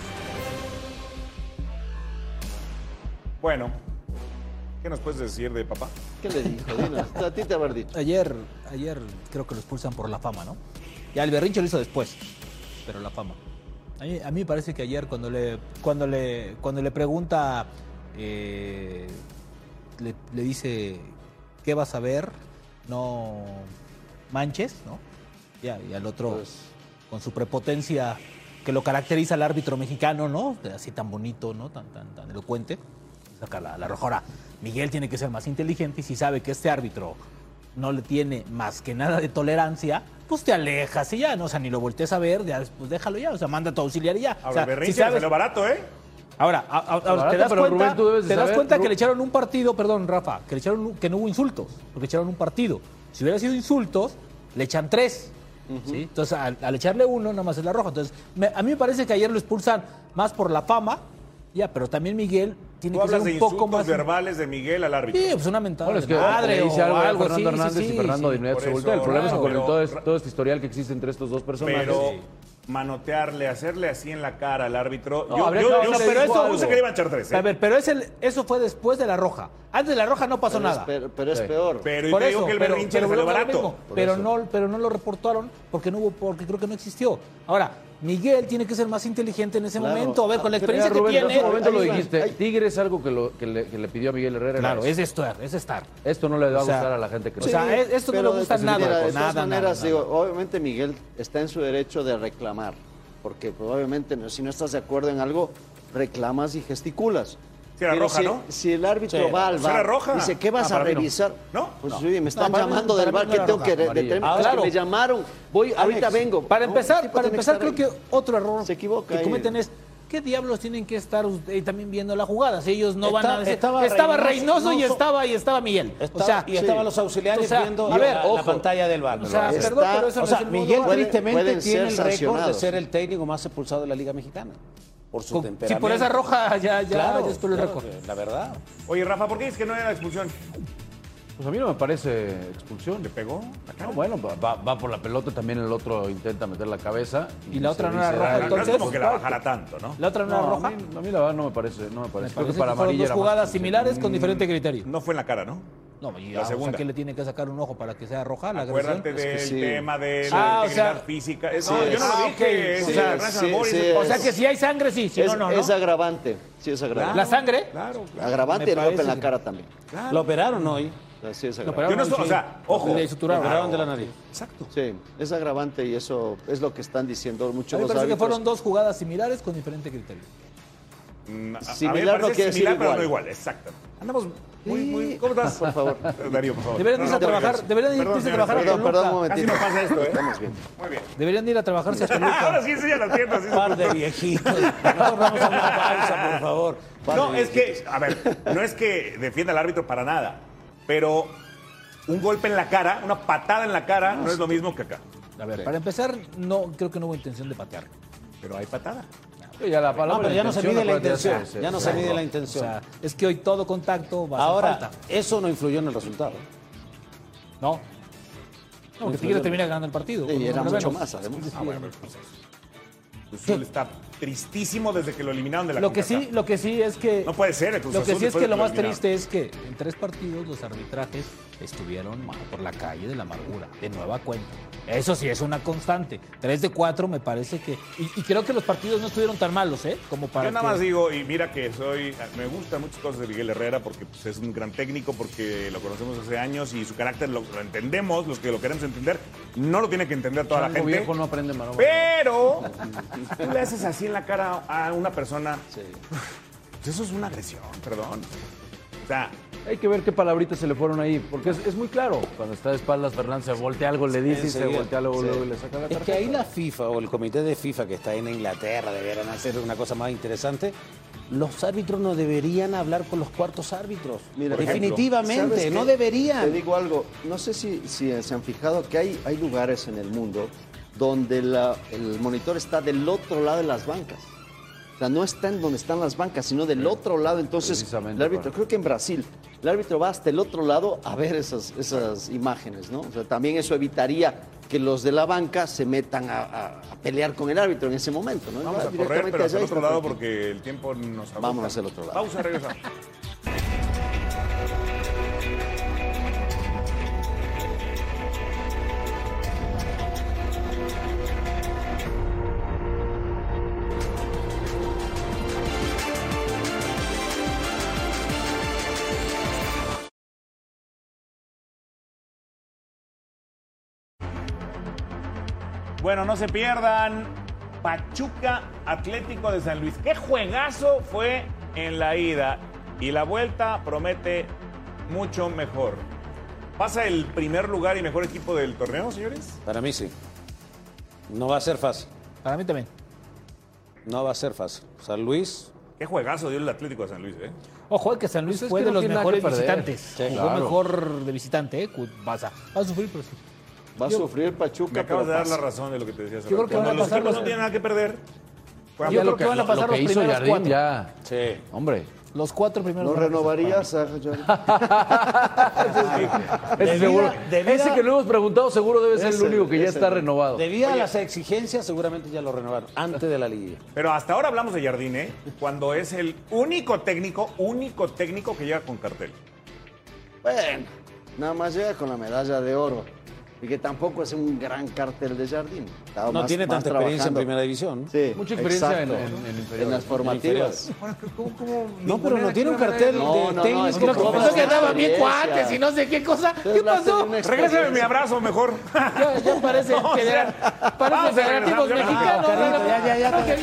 Speaker 4: Bueno, ¿qué nos puedes decir de papá?
Speaker 7: ¿Qué le dijo? Dinos, a ti te haber dicho.
Speaker 8: Ayer creo que lo expulsan por la fama, ¿no? Ya el berrinche lo hizo después, pero la fama. A mí me parece que ayer cuando le pregunta, le dice, ¿qué vas a ver? No manches, ¿no? Ya, y al otro, pues, con su prepotencia que lo caracteriza al árbitro mexicano, ¿no? Así tan bonito, ¿no? Tan elocuente. Saca la roja. Ahora, Miguel tiene que ser más inteligente y si sabe que este árbitro no le tiene más que nada de tolerancia, pues te alejas y ya, ¿no? O sea, ni lo voltees a ver, ya después déjalo ya, o sea, manda a tu auxiliar y ya.
Speaker 4: Ahora,
Speaker 8: o sea,
Speaker 4: berrinche
Speaker 8: si sabes...
Speaker 4: salió barato, ¿eh?
Speaker 8: Ahora,
Speaker 5: barato,
Speaker 8: te das
Speaker 5: pero
Speaker 8: cuenta,
Speaker 5: Rubén, tú debes de saber,
Speaker 8: que le echaron un partido, perdón, Rafa, que no hubo insultos, porque echaron un partido. Si hubiera sido insultos, le echan 3. ¿Sí? Entonces, al echarle 1, nada más es la roja. Entonces, a mí me parece que ayer lo expulsan más por la fama, ya, pero también Miguel tiene que ser un poco más...
Speaker 4: de verbales de Miguel al árbitro.
Speaker 8: Sí, pues una mentada
Speaker 5: bueno, es que
Speaker 8: de madre
Speaker 5: dice
Speaker 8: o algo así.
Speaker 5: Fernando Hernández y Fernando de inmediato se voltea. El problema es con todo este historial que existe entre estos dos personajes.
Speaker 4: Pero manotearle, hacerle así en la cara al árbitro...
Speaker 5: No,
Speaker 8: pero eso...
Speaker 4: puse que le iban a echar 3, ¿eh?
Speaker 8: A ver, pero eso fue después de la roja. Antes de la roja no pasó nada.
Speaker 7: Pero es peor.
Speaker 4: Pero
Speaker 8: por
Speaker 4: yo
Speaker 8: eso,
Speaker 4: digo que el berrinche le salió barato.
Speaker 8: Pero no lo reportaron porque creo que no existió. Ahora, Miguel tiene que ser más inteligente en ese momento. A ver, con la experiencia que tiene...
Speaker 5: En ese momento lo dijiste. Tigre es algo que le pidió a Miguel Herrera.
Speaker 8: Claro, es estar.
Speaker 5: Esto no le va a gustar a la gente que
Speaker 8: no. O sea, esto no le gusta nada.
Speaker 7: De todas maneras, digo, obviamente Miguel está en su derecho de reclamar. Porque probablemente si no estás de acuerdo en algo, reclamas y gesticulas.
Speaker 4: Si era roja, ¿no?
Speaker 7: Si el árbitro va al VAR, dice, ¿qué vas a revisar?
Speaker 4: ¿No?
Speaker 7: Pues oye, me están llamando del VAR, ¿qué tengo que determinar? Claro. Me llamaron, ahorita vengo.
Speaker 8: Para empezar creo que otro error
Speaker 7: se equivoca
Speaker 8: que cometen es, ¿qué diablos tienen que estar también viendo la jugada? Si ellos no van a decir, estaba Reynoso y estaba Miguel.
Speaker 6: Estaban los auxiliares viendo la pantalla del VAR. Miguel tristemente tiene el récord de ser el técnico más expulsado de la Liga Mexicana. Por su temperamento.
Speaker 8: Si por esa roja ya es por el récord.
Speaker 6: La verdad.
Speaker 4: Oye, Rafa, ¿por qué dices que no era expulsión?
Speaker 5: Pues a mí no me parece expulsión.
Speaker 4: ¿Le pegó?
Speaker 5: No, bueno, va por la pelota, también el otro intenta meter la cabeza.
Speaker 8: Y la otra no era roja, entonces.
Speaker 4: No es como que la bajara tanto, ¿no?
Speaker 8: ¿La otra no era roja?
Speaker 5: A mí la verdad no me parece.
Speaker 8: Creo que para fueron dos jugadas similares con diferente criterio.
Speaker 4: No fue en la cara, ¿no?
Speaker 8: No, y la segunda. O sea, que le tiene que sacar un ojo para que sea roja la agresión.
Speaker 4: Acuérdate del tema de la integridad física. No, yo no lo dije.
Speaker 8: O sea que si hay sangre, sí. Si no.
Speaker 7: Es agravante. Sí, es agravante.
Speaker 8: ¿La sangre?
Speaker 4: Claro.
Speaker 7: Agravante y el golpe en la cara también.
Speaker 6: Lo operaron hoy.
Speaker 7: Sí, es agravante.
Speaker 4: O sea, ojo.
Speaker 8: Le suturaron.
Speaker 6: Lo operaron de la nariz.
Speaker 4: Exacto.
Speaker 7: Sí, es agravante y eso es lo que están diciendo muchos
Speaker 8: los árbitros. Me parece que fueron dos jugadas similares con diferente criterio.
Speaker 7: Similar no quiere decir igual.
Speaker 4: Pero no igual, exacto. ¿Cómo estás?
Speaker 7: Por favor.
Speaker 4: Darío, por favor.
Speaker 8: Deberían irse a trabajar, deberían irse a trabajar a Toluca.
Speaker 7: Perdón, un momentito.
Speaker 4: Casi me pasa esto, ¿eh?
Speaker 7: Estamos bien.
Speaker 4: Muy bien.
Speaker 8: Deberían ir a trabajarse a Toluca.
Speaker 4: Ahora sí, ya lo entiendo. Sí,
Speaker 6: Par de viejitos. Mejor vamos a una pausa, por favor.
Speaker 4: No, es que, a ver, no es que defienda al árbitro para nada, pero un golpe en la cara, una patada en la cara, no es lo mismo que acá.
Speaker 8: A ver, para empezar, no creo que no hubo intención de patear.
Speaker 4: Pero hay patada.
Speaker 5: Ya la palabra,
Speaker 6: No, pero ya no se mide la intención.
Speaker 5: sí,
Speaker 6: Ya no se mide la intención.
Speaker 8: O sea, es que hoy todo contacto va a
Speaker 6: Ahora,
Speaker 8: hacer falta.
Speaker 6: eso no influyó en el resultado.
Speaker 8: No. No, que Tigres termina ganando el partido.
Speaker 7: Sí,
Speaker 8: con
Speaker 7: era
Speaker 8: un hombre
Speaker 7: mucho
Speaker 8: menos.
Speaker 7: más, además.
Speaker 4: Bueno, Cruz Azul está tristísimo desde que lo eliminaron de la
Speaker 8: Lo que
Speaker 4: CONCACAF.
Speaker 8: sí es que
Speaker 4: No puede ser, el Cruz
Speaker 8: lo que
Speaker 4: Azul
Speaker 8: sí es
Speaker 4: después
Speaker 8: que
Speaker 4: de
Speaker 8: lo más
Speaker 4: eliminaron.
Speaker 8: triste es que en 3 partidos los arbitrajes estuvieron por la calle de la amargura, de nueva cuenta. Eso sí es una constante. 3 de 4 me parece que y creo que los partidos no estuvieron tan malos, como para
Speaker 4: Yo nada
Speaker 8: que-
Speaker 4: más digo, y mira que me gustan muchas cosas de Miguel Herrera porque pues, es un gran técnico, porque lo conocemos hace años y su carácter lo entendemos, los que lo queremos entender. No lo tiene que entender toda la
Speaker 5: Chango
Speaker 4: gente.
Speaker 5: viejo no aprende maroma.
Speaker 4: Pero tú le haces así en la cara a una persona. Pues eso es una agresión, perdón. O sea,
Speaker 5: Hay que ver qué palabritas se le fueron ahí, porque es muy claro. Cuando está de espaldas, Fernán se voltea algo, le dice, y se
Speaker 6: Enseguida.
Speaker 5: voltea luego,
Speaker 6: Sí.
Speaker 5: luego y le saca la
Speaker 6: Es
Speaker 5: tarjeta.
Speaker 6: que ahí la FIFA o el comité de FIFA que está en Inglaterra deberán hacer una cosa más interesante. Los árbitros no deberían hablar con los cuartos árbitros.
Speaker 7: Mira,
Speaker 6: definitivamente,
Speaker 7: ¿sabes
Speaker 6: no
Speaker 7: qué?
Speaker 6: deberían.
Speaker 7: Te digo algo, no sé si se han fijado que hay lugares en el mundo donde el monitor está del otro lado de las bancas. O sea, no está en donde están las bancas, sino del otro lado. Entonces,
Speaker 5: Precisamente
Speaker 7: el árbitro,
Speaker 5: para-
Speaker 7: creo que en Brasil, el árbitro va hasta el otro lado a ver esas imágenes, ¿no? O sea, también eso evitaría que los de la banca se metan a pelear con el árbitro en ese momento, ¿no?
Speaker 4: vamos a
Speaker 7: Directamente
Speaker 4: correr, pero hacia el
Speaker 7: allá
Speaker 4: otro
Speaker 7: está
Speaker 4: lado
Speaker 7: tranquilo.
Speaker 4: porque el tiempo nos agota.
Speaker 7: Vámonos hacia el otro lado.
Speaker 4: Pausa, regresamos. Bueno, no se pierdan Pachuca Atlético de San Luis. Qué juegazo fue en la ida y la vuelta promete mucho mejor. ¿Pasa el primer lugar y mejor equipo del torneo, señores?
Speaker 6: Para mí sí. No va a ser fácil.
Speaker 8: Para mí también.
Speaker 6: No va a ser fácil. San Luis.
Speaker 4: Qué juegazo dio el Atlético de San Luis, ¿eh?
Speaker 8: Ojo, que San Luis
Speaker 5: Pues es
Speaker 8: fue
Speaker 5: que
Speaker 8: de
Speaker 5: no
Speaker 8: los
Speaker 5: tiene nada
Speaker 8: mejores
Speaker 5: que perder.
Speaker 8: visitantes.
Speaker 5: Sí,
Speaker 8: Jugó
Speaker 5: claro.
Speaker 8: mejor de visitante, Va a sufrir, pero sí.
Speaker 7: Va a sufrir Pachuca,
Speaker 4: Me acabas de
Speaker 7: pero
Speaker 4: dar la
Speaker 7: pasa.
Speaker 4: razón de lo que te decía hace
Speaker 8: Yo creo
Speaker 4: rato.
Speaker 8: que van a
Speaker 4: Cuando los
Speaker 8: pasar
Speaker 4: equipos
Speaker 8: los-
Speaker 4: no tienen nada que perder. juegan
Speaker 8: Yo
Speaker 4: bien.
Speaker 8: creo que van a pasar
Speaker 5: Lo que
Speaker 8: los
Speaker 5: hizo
Speaker 8: primeros
Speaker 5: Jardín
Speaker 8: 4.
Speaker 5: ya.
Speaker 6: Sí.
Speaker 5: Hombre.
Speaker 8: Los 4 primeros
Speaker 7: ¿No
Speaker 8: lugares.
Speaker 7: renovarías a Jordi?
Speaker 5: Ese, seguro,
Speaker 6: debida-
Speaker 5: ese que lo hemos preguntado seguro debe ser el
Speaker 7: Ese,
Speaker 5: único que ya
Speaker 7: ese.
Speaker 5: está renovado.
Speaker 6: Debido a las exigencias, seguramente ya lo renovaron antes de la liguilla.
Speaker 4: Pero hasta ahora hablamos de Jardín, ¿eh? Cuando es el único técnico que llega con cartel.
Speaker 7: Bueno, nada más llega con la medalla de oro. Y que tampoco es un gran cartel de Jardín. Estaba
Speaker 6: No
Speaker 7: más-
Speaker 6: tiene
Speaker 7: más
Speaker 6: tanta experiencia en
Speaker 7: trabajando.
Speaker 6: primera división.
Speaker 7: Sí,
Speaker 5: Mucha experiencia
Speaker 7: exacto.
Speaker 5: en inferiores.
Speaker 7: En las formativas.
Speaker 6: No, pero no tiene un cartel
Speaker 7: No,
Speaker 6: de
Speaker 7: no, no,
Speaker 6: técnico.
Speaker 7: es que
Speaker 8: Lo que
Speaker 7: Como
Speaker 8: pasó es que
Speaker 7: una
Speaker 8: andaban bien
Speaker 7: experiencia.
Speaker 8: cuates y no sé qué cosa. ¿Qué
Speaker 7: Ustedes la hacen
Speaker 8: pasó?
Speaker 7: una
Speaker 4: Regrésame mi abrazo mejor.
Speaker 8: Ya parece
Speaker 4: No, o sea,
Speaker 8: parece
Speaker 4: vamos a
Speaker 8: federativos
Speaker 4: regresar,
Speaker 8: mexicanos.
Speaker 6: Carlito, ya.
Speaker 8: Ok.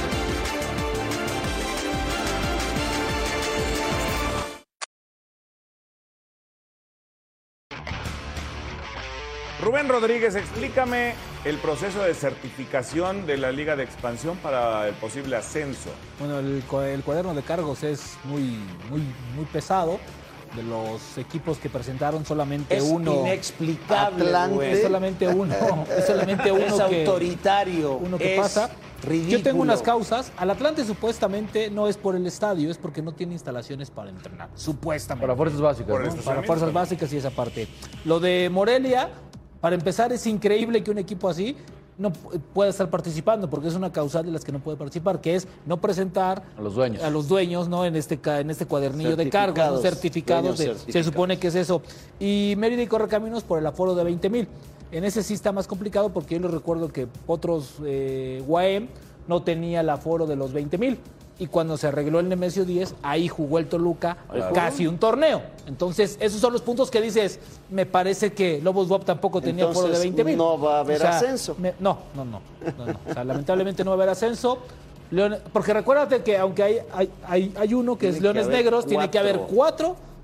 Speaker 4: Rubén Rodríguez, explícame el proceso de certificación de la Liga de Expansión para el posible ascenso.
Speaker 8: Bueno, el cuaderno de cargos es muy pesado. De los equipos que presentaron solamente
Speaker 6: Es
Speaker 8: uno.
Speaker 6: inexplicable,
Speaker 7: Atlante.
Speaker 6: güey.
Speaker 8: Es solamente uno. Es solamente uno
Speaker 6: Es
Speaker 8: que
Speaker 6: autoritario.
Speaker 8: uno que
Speaker 6: es
Speaker 8: pasa.
Speaker 6: ridículo.
Speaker 8: Yo tengo unas causas. Al Atlante supuestamente no es por el estadio, es porque no tiene instalaciones para entrenar. Supuestamente.
Speaker 5: Para fuerzas básicas.
Speaker 4: Por
Speaker 5: ¿no?
Speaker 4: el
Speaker 8: Para fuerzas básicas y esa parte. Lo de Morelia, para empezar, es increíble que un equipo así no pueda estar participando, porque es una causal de las que no puede participar, que es no presentar
Speaker 5: A los dueños.
Speaker 8: a los dueños, ¿no? En este cuadernillo de cargos, ¿no? Certificados.
Speaker 7: Dueños
Speaker 8: Se
Speaker 7: certificados.
Speaker 8: supone que es eso. Y Mérida y Correcaminos por el aforo de 20,000. En ese sí está más complicado, porque yo les recuerdo que otros UAM no tenía el aforo de los 20,000. Y cuando se arregló el Nemesio 10, ahí jugó el Toluca casi un torneo. Entonces, esos son los puntos que dices, me parece que Lobos WAP tampoco tenía aforo de
Speaker 7: Entonces,
Speaker 8: 20,000.
Speaker 7: no va a haber ascenso.
Speaker 8: No. O sea, lamentablemente no va a haber ascenso. Porque recuérdate que aunque hay uno que
Speaker 7: Tiene
Speaker 8: es Leones
Speaker 7: que haber
Speaker 8: Negros, tiene que haber 4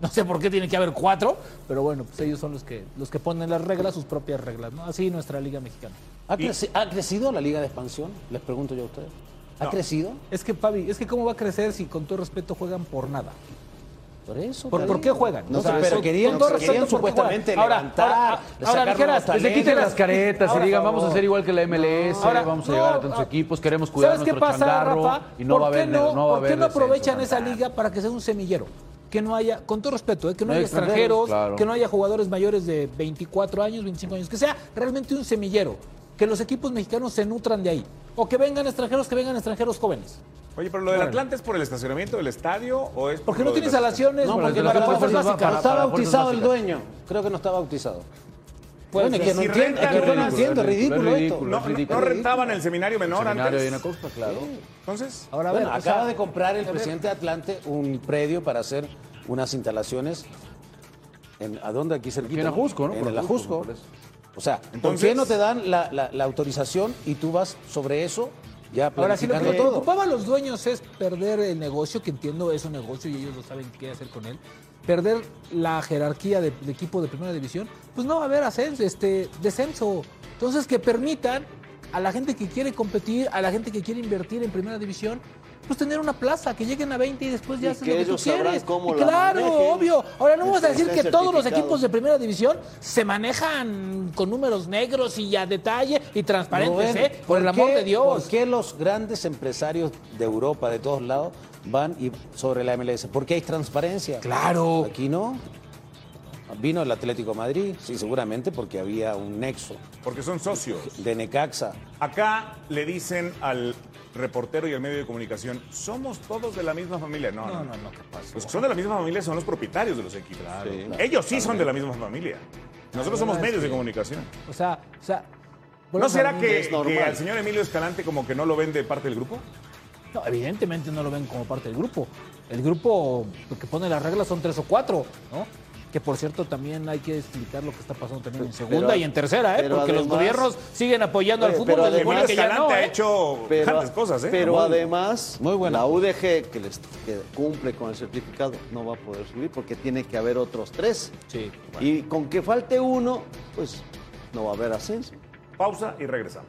Speaker 8: No sé por qué tiene que haber 4, pero bueno, pues ellos son los que ponen las reglas, sus propias reglas, ¿no? Así nuestra Liga Mexicana.
Speaker 6: ¿Ha crecido la Liga de Expansión? Les pregunto yo a ustedes. ¿Ha crecido?
Speaker 8: Es que, Pavi, ¿cómo va a crecer si con todo respeto juegan por nada?
Speaker 6: Por eso.
Speaker 8: ¿Por qué juegan?
Speaker 6: No, pero querían supuestamente levantar,
Speaker 8: ahora dijeras,
Speaker 5: que se quiten las caretas y digan, vamos a hacer igual que la MLS, vamos a llegar a tantos equipos, queremos cuidar nuestro changarro,
Speaker 8: Rafa?
Speaker 5: Y no va a haber
Speaker 8: ¿Por qué no aprovechan esa liga para que sea un semillero? Que no haya, con todo respeto, que no haya extranjeros, claro. Que no haya jugadores mayores de 24 años, 25 años, que sea realmente un semillero, que los equipos mexicanos se nutran de ahí, o que vengan extranjeros jóvenes.
Speaker 4: Oye, pero lo del Atlante es por el estacionamiento del estadio o es
Speaker 8: porque no tiene instalaciones,
Speaker 6: no, porque
Speaker 8: para
Speaker 6: no está bautizado el dueño. Creo que no está bautizado.
Speaker 8: Pues
Speaker 6: bueno, que no entiendo, es ridículo esto.
Speaker 4: No rentaban el seminario menor antes.
Speaker 5: Seminario de Inacosta, claro.
Speaker 4: Entonces,
Speaker 6: ahora a ver, acaba de comprar el presidente de Atlante un predio para hacer unas instalaciones ¿a dónde? Aquí cerquita.
Speaker 5: En Ajusco, ¿no?
Speaker 6: En el Ajusco. O sea, ¿por qué no te dan la autorización y tú vas sobre eso ya planificando
Speaker 8: ahora, si lo que
Speaker 6: todo?
Speaker 8: preocupaba a los dueños es perder el negocio, que entiendo es un negocio y ellos lo saben qué hacer con él, perder la jerarquía del equipo de primera división, pues no va a haber descenso. Entonces, que permitan a la gente que quiere competir, a la gente que quiere invertir en primera división, pues tener una plaza, que lleguen a 20 y después ya hacen lo que tú quieres. Claro, obvio. Ahora no vamos a decir que todos los equipos de primera división se manejan con números negros y a detalle y transparentes, por el amor de Dios.
Speaker 6: ¿Por qué los grandes empresarios de Europa, de todos lados, van sobre la MLS? Porque hay transparencia.
Speaker 8: Claro.
Speaker 6: Aquí no. Vino el Atlético de Madrid, sí, seguramente porque había un nexo.
Speaker 4: Porque son socios.
Speaker 6: De Necaxa.
Speaker 4: Acá le dicen al reportero y al medio de comunicación, somos todos de la misma familia. No, ¿qué pasa? Los que son de la misma familia son los propietarios de los equipos. Claro, ellos sí son de la misma familia. Nosotros somos medios de comunicación.
Speaker 8: O sea,
Speaker 4: ¿no será que al señor Emilio Escalante como que no lo ven de parte del grupo?
Speaker 8: No, evidentemente no lo ven como parte del grupo. El grupo que pone las reglas son 3 o 4, ¿no? Que por cierto también hay que explicar lo que está pasando también en segunda y en tercera, porque además, los gobiernos siguen apoyando al fútbol.
Speaker 4: Además, que ya no, ha hecho grandes cosas,
Speaker 7: Pero además, muy buena. La UDG que cumple con el certificado no va a poder subir porque tiene que haber otros 3.
Speaker 8: Sí.
Speaker 7: Bueno. Y con que falte uno, pues no va a haber ascenso.
Speaker 4: Pausa y regresamos.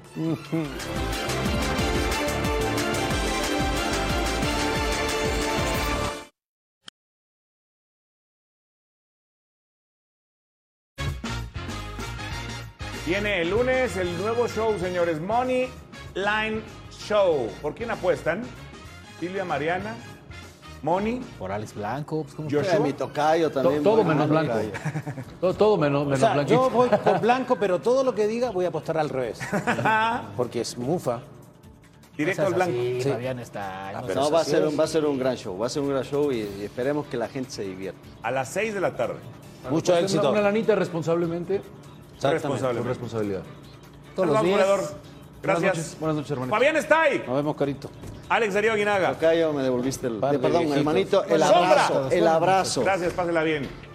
Speaker 4: Viene el lunes el nuevo show, señores, Money Line Show. ¿Por quién apuestan? Silvia Mariana, Moni.
Speaker 8: Por Alex Blanco. Pues,
Speaker 7: Joshua. Mi tocayo también.
Speaker 5: Todo menos Blanco. Todo menos Blanco.
Speaker 6: Yo voy con Blanco, pero todo lo que diga voy a apostar al revés. Porque es mufa.
Speaker 4: Directo al Blanco.
Speaker 8: Sí, Fabián está.
Speaker 7: No, va a ser un gran show. Va a ser un gran show y esperemos que la gente se divierta.
Speaker 4: A las 6 de la tarde.
Speaker 6: Mucho
Speaker 5: pues
Speaker 6: éxito.
Speaker 5: Una lanita responsablemente.
Speaker 4: Con
Speaker 5: responsabilidad.
Speaker 8: Todos los días.
Speaker 4: Gracias.
Speaker 5: Buenas noches, hermanito.
Speaker 4: Fabián está ahí.
Speaker 6: Nos vemos, Carito.
Speaker 4: Alex Darío Aguinaga.
Speaker 7: Tocayo, me devolviste
Speaker 6: Perdón,
Speaker 7: hermanito, el abrazo.
Speaker 4: Gracias, pásela bien.